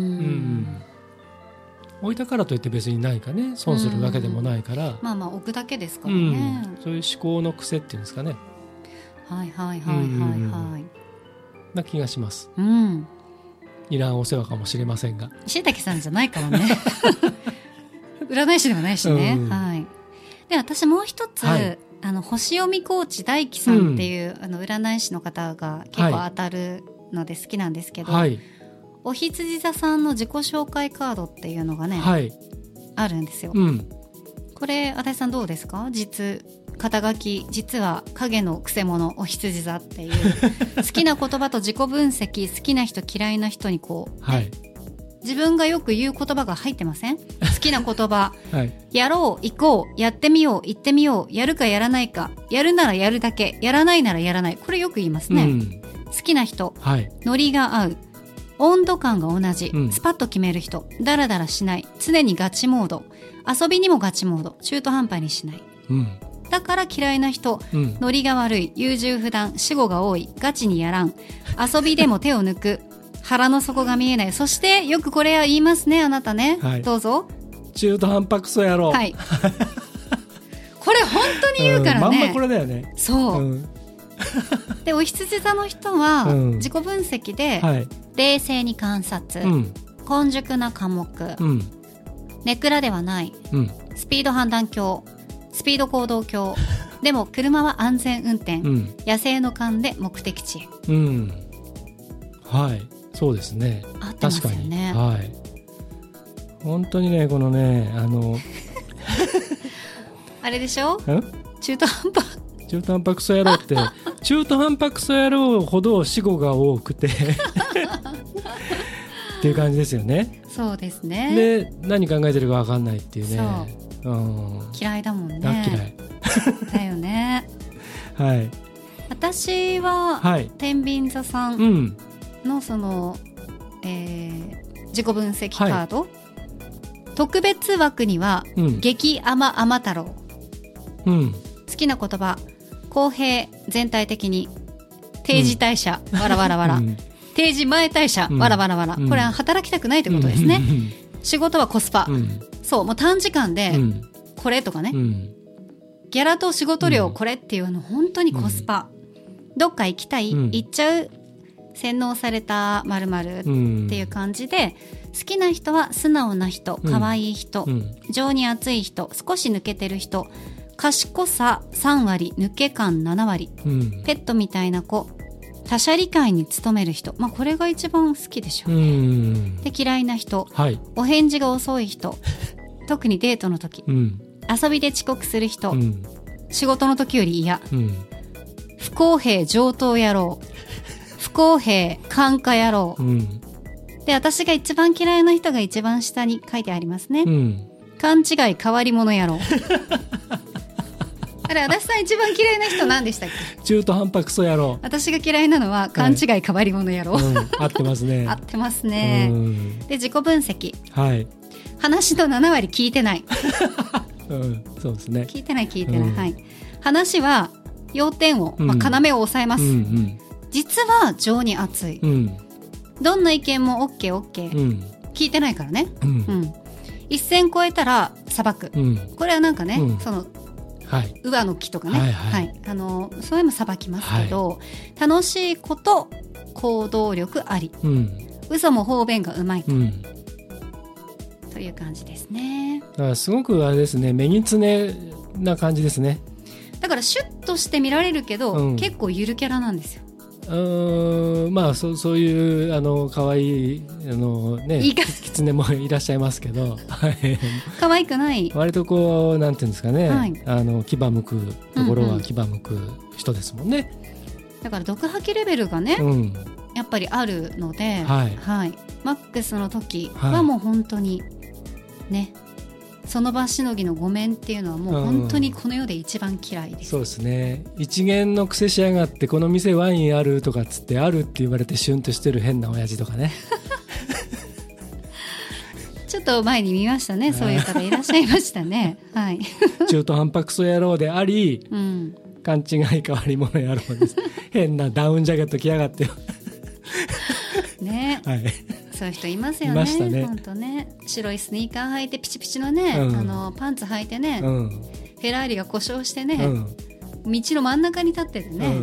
置いたからといって別にないかね損するわけでもないからまあまあ置くだけですからね、 そういう思考の癖っていうんですかね。 はいはいはいはいはい、 な気がします、 うん、 いらんお世話かもしれませんがしいたけさんじゃないからね占い師ではないしね、はい、で私もう一つ、はい、星読みコーチ大樹さんっていう、占い師の方が結構当たるので好きなんですけど、はい、お羊座さんの自己紹介カードっていうのがね、はい、あるんですよ、うん、これ足立さんどうですか？実肩書き、実は影のくせ者お羊座っていう好きな言葉と自己分析、好きな人嫌いな人にこう、 はい、 自分がよく言う言葉が入ってません？好きな言葉、 はい、 やろう、行こう、やってみよう、行ってみよう、やるかやらないか、やるならやるだけ、やらないならやらない、これよく言いますね、好きな人、 はい、 ノリが合う、温度感が同じ、スパッと決める人、ダラダラしない、常にガチモード、遊びにもガチモード、中途半端にしない、だから嫌いな人、ノリが悪い、優柔不断、死語が多い、ガチにやらん、遊びでも手を抜く、腹の底が見えない、そしてよくこれは言いますね、あなたね、はい、どうぞ。 中途半端クソ野郎。 はい。これ本当に言うからね。 まんまこれだよね。 そう。で、お羊座の人は自己分析で、冷静に観察、根熟な科目、ネクラではない、スピード判断鏡、スピード行動鏡、でも車は安全運転、野生の勘で目的地へ。 はい、そうですね。 合ってますよね。 確かに。はい。本当にね、このね、 あれでしょ？中途半端。 中途半端クソ野郎って中途半端クソ野郎ほど死語が多くてっていう感じですよね。 そうですね。 で、何考えてるか分かんないっていうね。 そう、嫌いだもんね。 嫌いだよね。 はい。 私は、天秤座さんのその、自己分析カード、特別枠には、激甘甘太郎、好きな言葉、公平、全体的に、定時退社、わらわらわら、定時前退社、わらわらわら、これは働きたくないということですね。仕事はコスパ、そう、もう短時間でこれとかね、ギャラと仕事量これっていうの本当にコスパ、どっか行きたい、行っちゃう、洗脳された〇〇っていう感じで、好きな人は素直な人、可愛い人、情に熱い人、少し抜けてる人、賢さ3割、抜け感7割、ペットみたいな子、他者理解に努める人、まあ、これが一番好きでしょうね。で、嫌いな人、お返事が遅い人特にデートの時、遊びで遅刻する人、仕事の時より嫌、不公平上等野郎、不公平感化野郎、で、私が一番嫌いな人が一番下に書いてありますね、勘違い変わり者野郎あれ、足立さん一番嫌いな人何でしたっけ？ 中途半端クソ野郎。 私が嫌いなのは勘違い変わり者野郎、 合ってますね。 合ってますね。で、自己分析、話の7割聞いてないそうですね。 聞いてない、話は要点を、要を抑えます、実は情に熱い、どんな意見も OKOK、聞いてないからね、一線越えたら裁く、これはなんかね、その上の木とかね、そういうの裁きますけど、楽しいこと行動力あり、嘘も方便がうまいという感じですね。 だからすごくあれですね、目につねな感じですね。 だからシュッとして見られるけど、結構ゆるキャラなんですよ。 まあそういう可愛い狐もいらっしゃいますけど可愛くない、 割とこうなんていうんですかね、牙向くところは牙向く人ですもんね。 だから毒吐きレベルがね、やっぱりあるので、マックスの時はもう本当にね、その場しのぎのごめんっていうのはもう本当にこの世で一番嫌いです。 そうですね。一元の癖しやがって、この店ワインあるとかっつって、あるって言われてシュンとしてる変な親父とかねちょっと前に見ましたね、そういう方いらっしゃいましたね中途半端クソ野郎であり、勘違い変わり者野郎です変なダウンジャケット着やがってよね、そういう人いますよね。いましたね。本当ね、白いスニーカー履いてピチピチのね、パンツ履いてね、フェラーリが故障してね、道の真ん中に立っててね、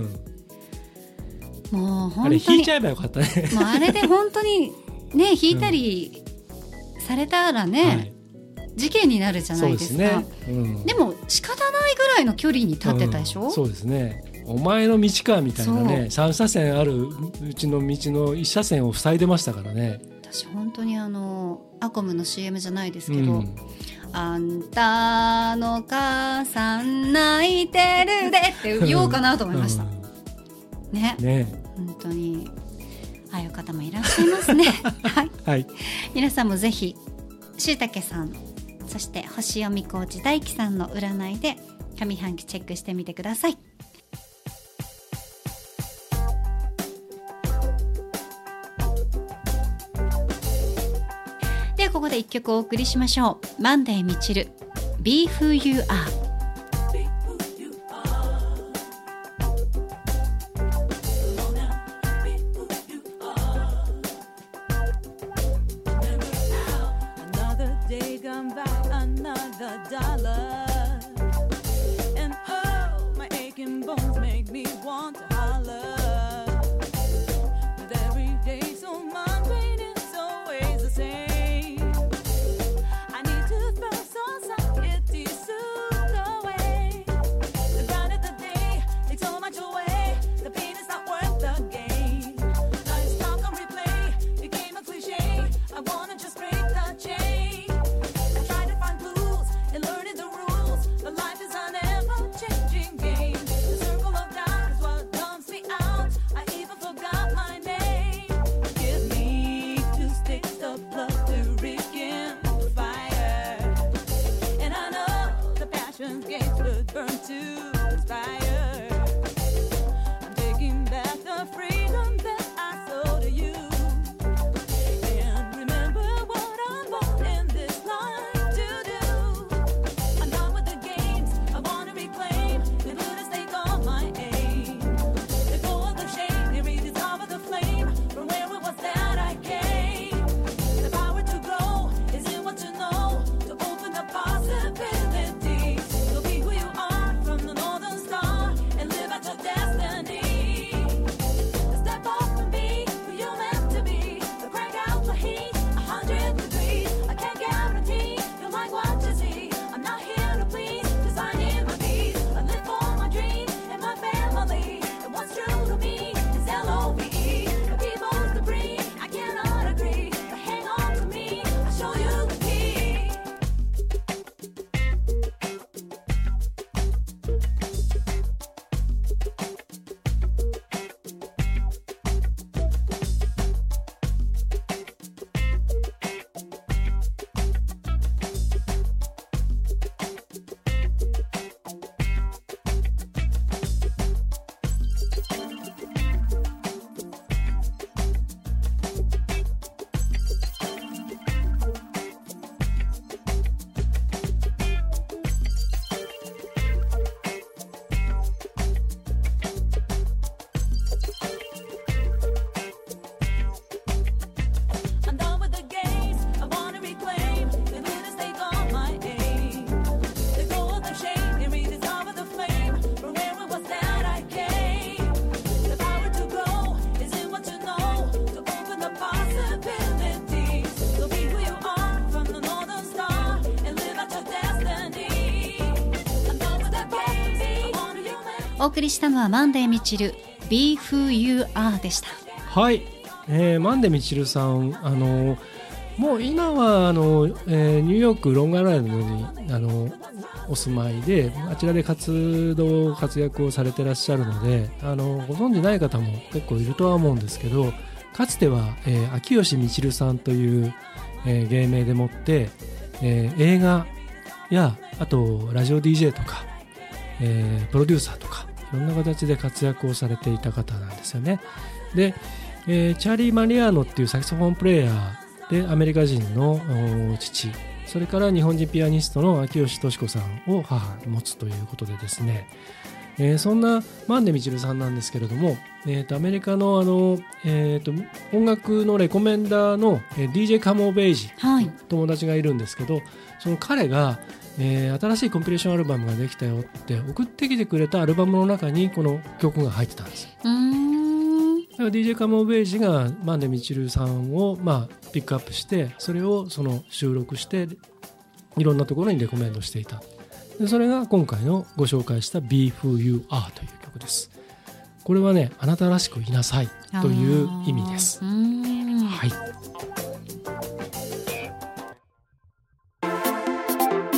もう本当にあれ引いちゃえばよかったねもうあれで本当にね、引いたりされたらね、事件になるじゃないですか。そうですね。でも仕方ないぐらいの距離に立ってたでしょ。 そうですね。お前の道かみたいなね、3車線あるうちの道の1車線を塞いでましたからね。 私本当にアコムの CM じゃないですけど、 あんたの母さん泣いてるでって言おうかなと思いました、ね本当にああいう方もいらっしゃいますねはい、はい、皆さんもぜひしいたけさん、そして星読みコーチ大輝さんの占いで上半期チェックしてみてください。ではここで一曲お送りしましょう。マンデーみちる Be Who You Are お送りしたのはマンデーみちる Be Who You Are でした。 はい、マンデーみちるさん、もう今はニューヨークロングアイランドにお住まいで、あちらで活躍をされてらっしゃるので、ご存じない方も結構いるとは思うんですけど、かつては、秋吉みちるさんという、芸名でもって、映画やあとラジオ DJ とか、プロデューサーとかいろんな形で活躍をされていた方なんですよね。で、チャーリー・マリアーノっていうサクソフォンプレイヤーでアメリカ人の父、それから日本人ピアニストの秋吉敏子さんを母に持つということでですね、そんなマンデみちるさんなんですけれども、アメリカの音楽のレコメンダーの、DJ カモベイジ、はい、友達がいるんですけど、その彼が、新しいコンピレーションアルバムができたよって送ってきてくれたアルバムの中にこの曲が入ってたんです。だから DJ カモベイジがマンデみちるさんを、ピックアップして、それを収録していろんなところにレコメンドしていた。でそれが今回のご紹介した Be Who You Are という曲です。これはね、あなたらしくいなさいという意味です。はい。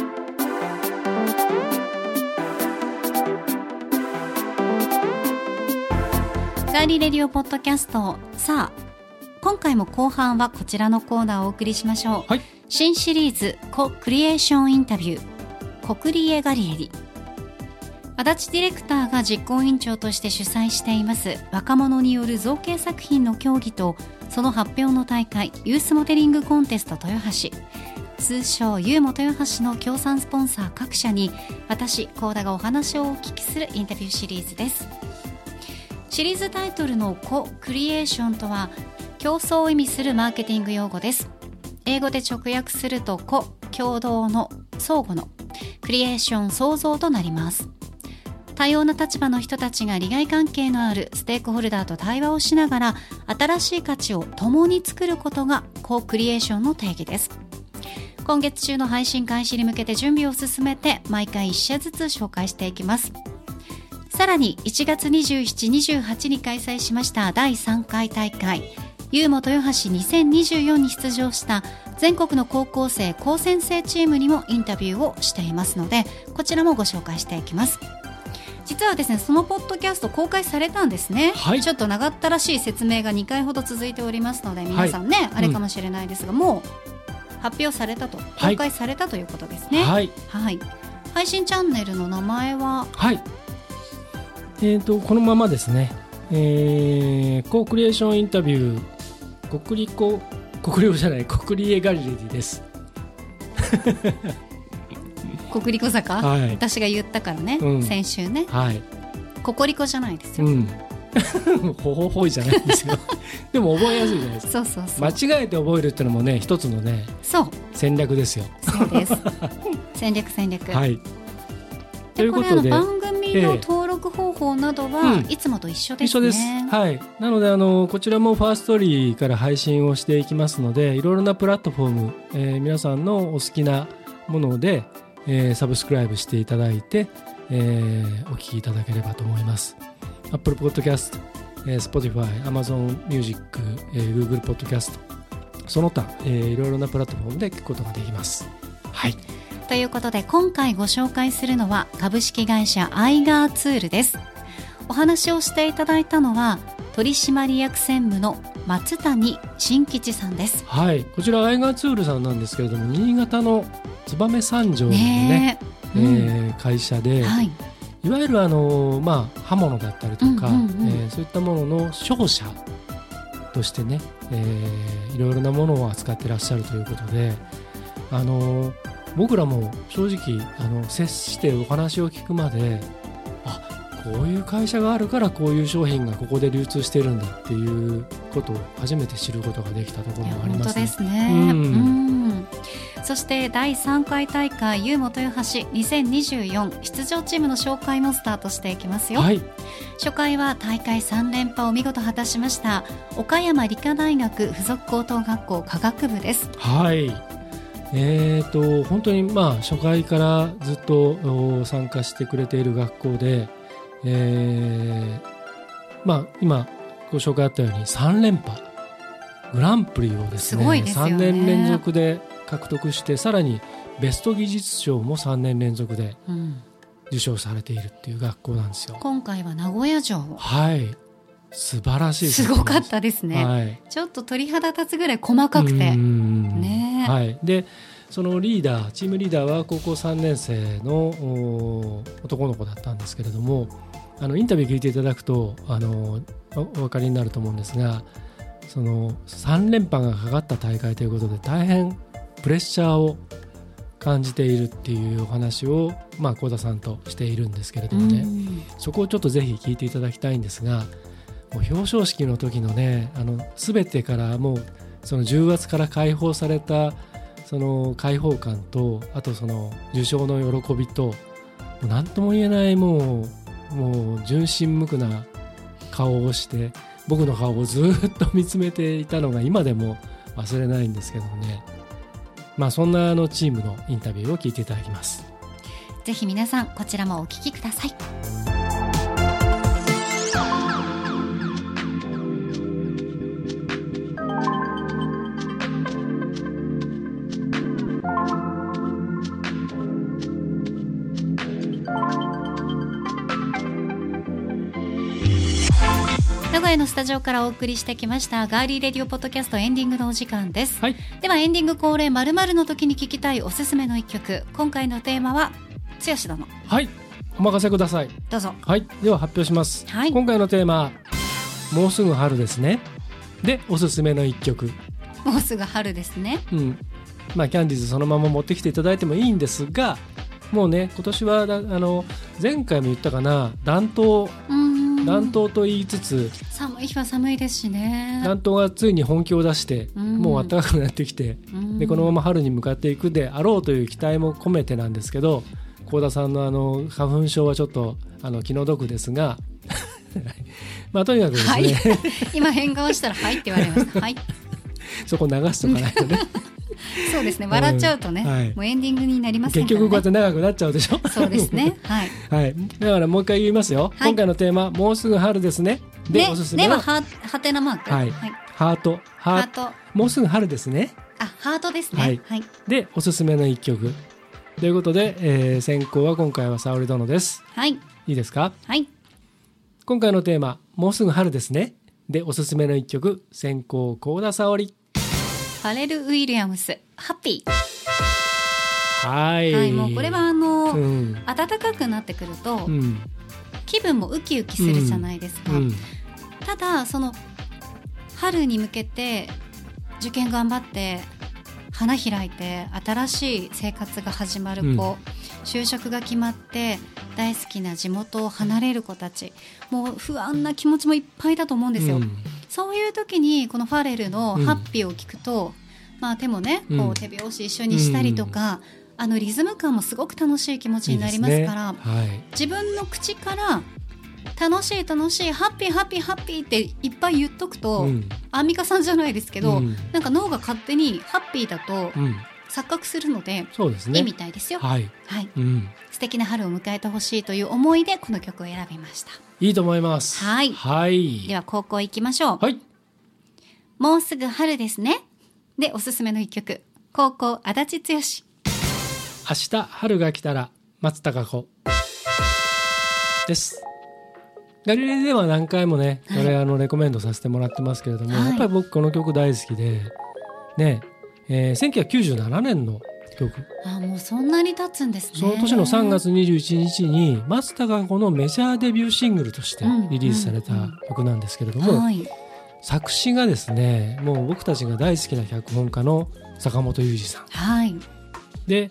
ザーリレディオポッドキャスト。さあ今回も後半はこちらのコーナーをお送りしましょう、新シリーズコクリエーションインタビューコクリエガリレディ。足立ディレクターが実行委員長として主催しています若者による造形作品の競技とその発表の大会ユースモデリングコンテスト豊橋、通称ユーモ豊橋の協賛スポンサー各社に私高田がお話をお聞きするインタビューシリーズです。シリーズタイトルのコクリエーションとは競争を意味するマーケティング用語です。英語で直訳するとコ、共同の相互のクリエーション、創造となります。多様な立場の人たちが利害関係のあるステークホルダーと対話をしながら新しい価値を共に作ることがコクリエーションの定義です。今月中の配信開始に向けて準備を進めて毎回1社ずつ紹介していきます。さらに1月27、28に開催しました第3回大会ユーモ豊橋2024に出場した全国の高校生高専生チームにもインタビューをしていますのでこちらもご紹介していきます。実はですねそのポッドキャスト公開されたんですね、ちょっと長ったらしい説明が2回ほど続いておりますので皆さんね、あれかもしれないですが、もう発表されたと公開されたということですね。配信チャンネルの名前はこのままですね、コクリエーションインタビューコクリエガリレディですコクリコ坂、私が言ったからね、先週ね、ココリコじゃないですよ、 ほほほいじゃないんですよでも覚えやすいじゃないですか。 そう間違えて覚えるっていうのもね一つのね戦略ですよ。 そうです戦略ということで番組の登録方法などはいつもと一緒ですね。 一緒です。なのでこちらもファーストリーから配信をしていきますのでいろいろなプラットフォーム、皆さんのお好きなもので、サブスクライブしていただいて、お聞きいただければと思います。 Apple Podcast、Spotify、Amazon Music、Google Podcast その他、いろいろなプラットフォームで聞くことができます。 ということで今回ご紹介するのは株式会社アイガーツールです。お話をしていただいたのは取締役専務の松谷真吉さんです。 こちらアイガーツールさんなんですけれども新潟の燕三条のね、会社で、いわゆる刃物だったりとか、そういったものの商社としてね、いろいろなものを扱っていらっしゃるということで僕らも正直接してお話を聞くまでこういう会社があるからこういう商品がここで流通しているんだっていうことを初めて知ることができたところもありますね。 本当ですね、そして第3回大会ユーモ豊橋2024出場チームの紹介もスタートしていきますよ。初回は大会3連覇を見事果たしました岡山理科大学附属高等学校科学部です。 本当に初回からずっと参加してくれている学校で、今ご紹介あったように3連覇グランプリをですね、3年連続で獲得してさらにベスト技術賞も3年連続で受賞されているっていう学校なんですよ。 今回は名古屋城を素晴らしいすごかったですね、ちょっと鳥肌立つぐらい細かくてでそのチームリーダーは高校3年生の男の子だったんですけれどもインタビュー聞いていただくとお分かりになると思うんですがその3連覇がかかった大会ということで大変プレッシャーを感じているっていうお話を幸田さんとしているんですけれどもね、そこをちょっとぜひ聞いていただきたいんですがもう表彰式の時のね全てからもうその重圧から解放されたその解放感とあとその受賞の喜びと何とも言えないもう純真無垢な顔をして僕の顔をずっと見つめていたのが今でも忘れないんですけどもね、そんなチームのインタビューを聞いていただきます。 ぜひ皆さんこちらもお聞きください。 名古屋のスタジオからお送りしてきましたガーリーレディオポッドキャストエンディングのお時間です、はい、ではエンディング恒例〇〇の時に聴きたいおすすめの一曲、今回のテーマは剛殿。 はい、お任せください。 どうぞ。 はい、では発表します、 はい、 今回のテーマもうすぐ春ですねでおすすめの一曲。 もうすぐ春ですね、 キャンディーズそのまま持ってきていただいてもいいんですが、もうね今年は前回も言ったかな、暖冬と言いつつ寒い日は寒いですしね、 暖冬がついに本気を出してもう暖かくなってきて、でこのまま春に向かっていくであろうという期待も込めてなんですけど、幸田さんの花粉症はちょっと気の毒ですがとにかくですね、はい、 今変顔したらはいって言われました、はい、 そこ流しとかないとねそうですね、笑っちゃうとね、はい、もうエンディングになりませんからね。 結局こうやって長くなっちゃうでしょそうですね、はい、 はい、だからもう一回言いますよ、はい、今回のテーマもうすぐ春ですねで、おすすめははてなマーク、 はいはい、ハートもうすぐ春ですね、 ハートですね、 はいはい、でおすすめの一曲ということで、先行は今回は沙織殿です、 はい、 いいですか。 はい、 今回のテーマもうすぐ春ですねでおすすめの一曲、先行幸田沙織、 ファレル・ウィリアムスハッピー。はい、 はい、もうこれは暖かくなってくると、気分もウキウキするじゃないですか、ただその春に向けて受験頑張って花開いて新しい生活が始まる子、就職が決まって大好きな地元を離れる子たち、もう不安な気持ちもいっぱいだと思うんですよ、そういう時にこのファレルのハッピーを聞くと、手もねこう手拍子一緒にしたりとか、リズム感もすごく楽しい気持ちになりますから、いいですね、はい、自分の口から楽しい楽しいハッピーハッピーハッピーっていっぱい言っとくと、アンミカさんじゃないですけど、なんか脳が勝手にハッピーだと錯覚するので、 そうですね、 いいみたいですよ。 はい、 はい、素敵な春を迎えてほしいという思いでこの曲を選びました。 いいと思います。 はい、 はい、 では高校行きましょう。 はい、 もうすぐ春ですねでおすすめの一曲、高校足立剛、 明日春が来たら松たか子です。ガリレーでは何回もね、これレコメンドさせてもらってますけれども、やっぱり僕この曲大好きでね、1997年の曲。 もうそんなに経つんですね。 その年の3月21日に松たか子のメジャーデビューシングルとしてリリースされた曲なんですけれども、作詞がですね、もう僕たちが大好きな脚本家の坂本雄二さん、 はい、 で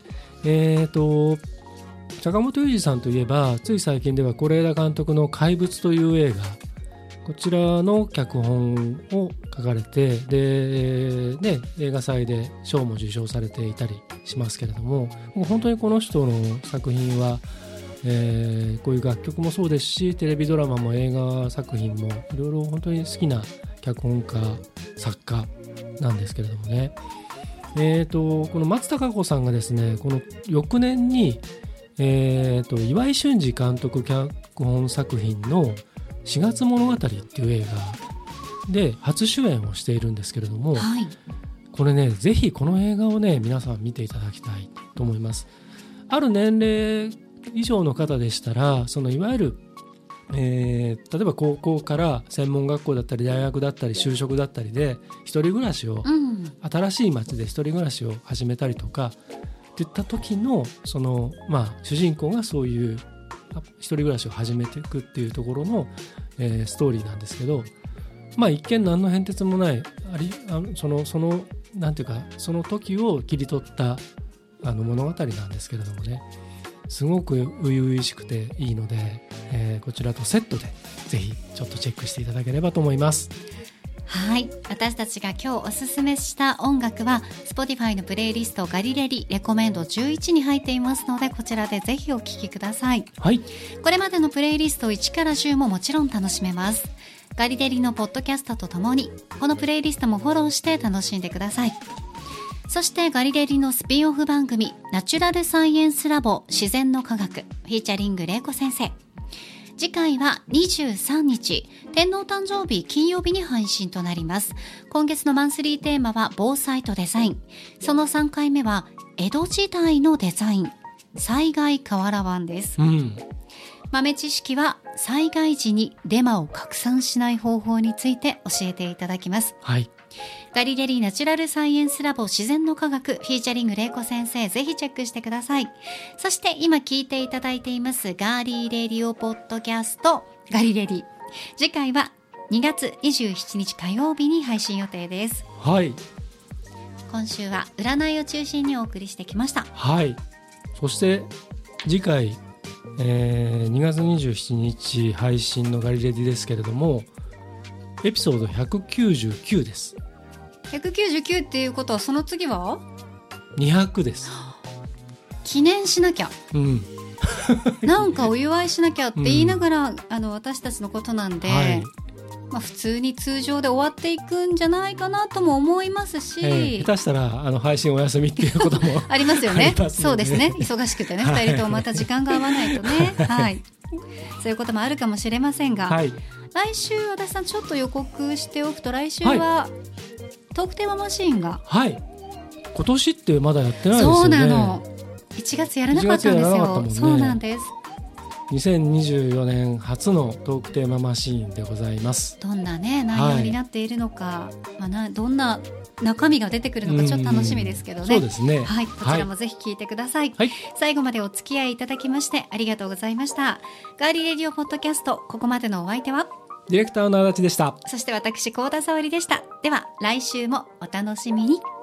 坂本雄二さんといえばつい最近では是枝監督の怪物という映画、こちらの脚本を書かれて、で、映画祭で賞も受賞されていたりしますけれども、本当にこの人の作品は、こういう楽曲もそうですし、テレビドラマも映画作品もいろいろ本当に好きな脚本家作家なんですけれどもね、この松たか子さんがですね、この翌年に岩井俊二監督脚本作品の4月物語っていう映画で初主演をしているんですけれども、 はい、 これねぜひこの映画をね皆さん見ていただきたいと思います。ある年齢以上の方でしたら、そのいわゆる、例えば高校から専門学校だったり大学だったり就職だったりで一人暮らしを、新しい街で一人暮らしを始めたりとかっていった時のその、主人公がそういう一人暮らしを始めていくっていうところの、ストーリーなんですけど、一見何の変哲もないそのなんていうかその時を切り取った物語なんですけれどもね、すごく初々しくていいので、こちらとセットでぜひちょっとチェックしていただければと思います。 はい、私たちが今日おすすめした音楽は Spotify のプレイリストガリレリレコメンド11に入っていますので、こちらでぜひお聴きください。 はい、 これまでのプレイリスト1から10ももちろん楽しめます。ガリレリのポッドキャストとともにこのプレイリストもフォローして楽しんでください。そしてガリレリのスピンオフ番組ナチュラルサイエンスラボ自然の科学フィーチャリング玲子先生、次回は23日天皇誕生日金曜日に配信となります。今月のマンスリーテーマは防災とデザイン、その3回目は江戸時代のデザイン災害瓦版です。豆知識は災害時にデマを拡散しない方法について教えていただきます。 はい。 ガリレディナチュラルサイエンスラボ自然の科学フィーチャリング玲子先生、ぜひチェックしてください。そして今聞いていただいていますガーリーレディオポッドキャストガリレディ、次回は2月27日火曜日に配信予定です。 はい。 今週は占いを中心にお送りしてきました。 はい。そして次回、2月27日配信のガリレディですけれども、エピソード199です。 199っていうことはその次は 200です。 記念しなきゃ、なんかお祝いしなきゃって言いながら、私たちのことなんで、はい、普通に通常で終わっていくんじゃないかなとも思いますし、 下手したら配信お休みっていうこともありますよね。そうですね、忙しくてね、2人ともまた時間が合わないとね、はい、そういうこともあるかもしれませんが、はい、来週私さんちょっと予告しておくと、来週は、トークテーママシーンが、はい、 今年ってまだやってないですよね。 そうなの、1月やらなかったんですよ、そうなんです。 2024年初のトークテーママシーンでございます。 どんな、ね、内容になっているのか、どんな中身が出てくるのかちょっと楽しみですけどね。 そうですね、 はい、こちらもぜひ聞いてください、はい、最後までお付き合いいただきましてありがとうございました。ガーリーレディオポッドキャスト、ここまでのお相手はディレクターの足立でした。 そして私、幸田沙織でした。では来週もお楽しみに。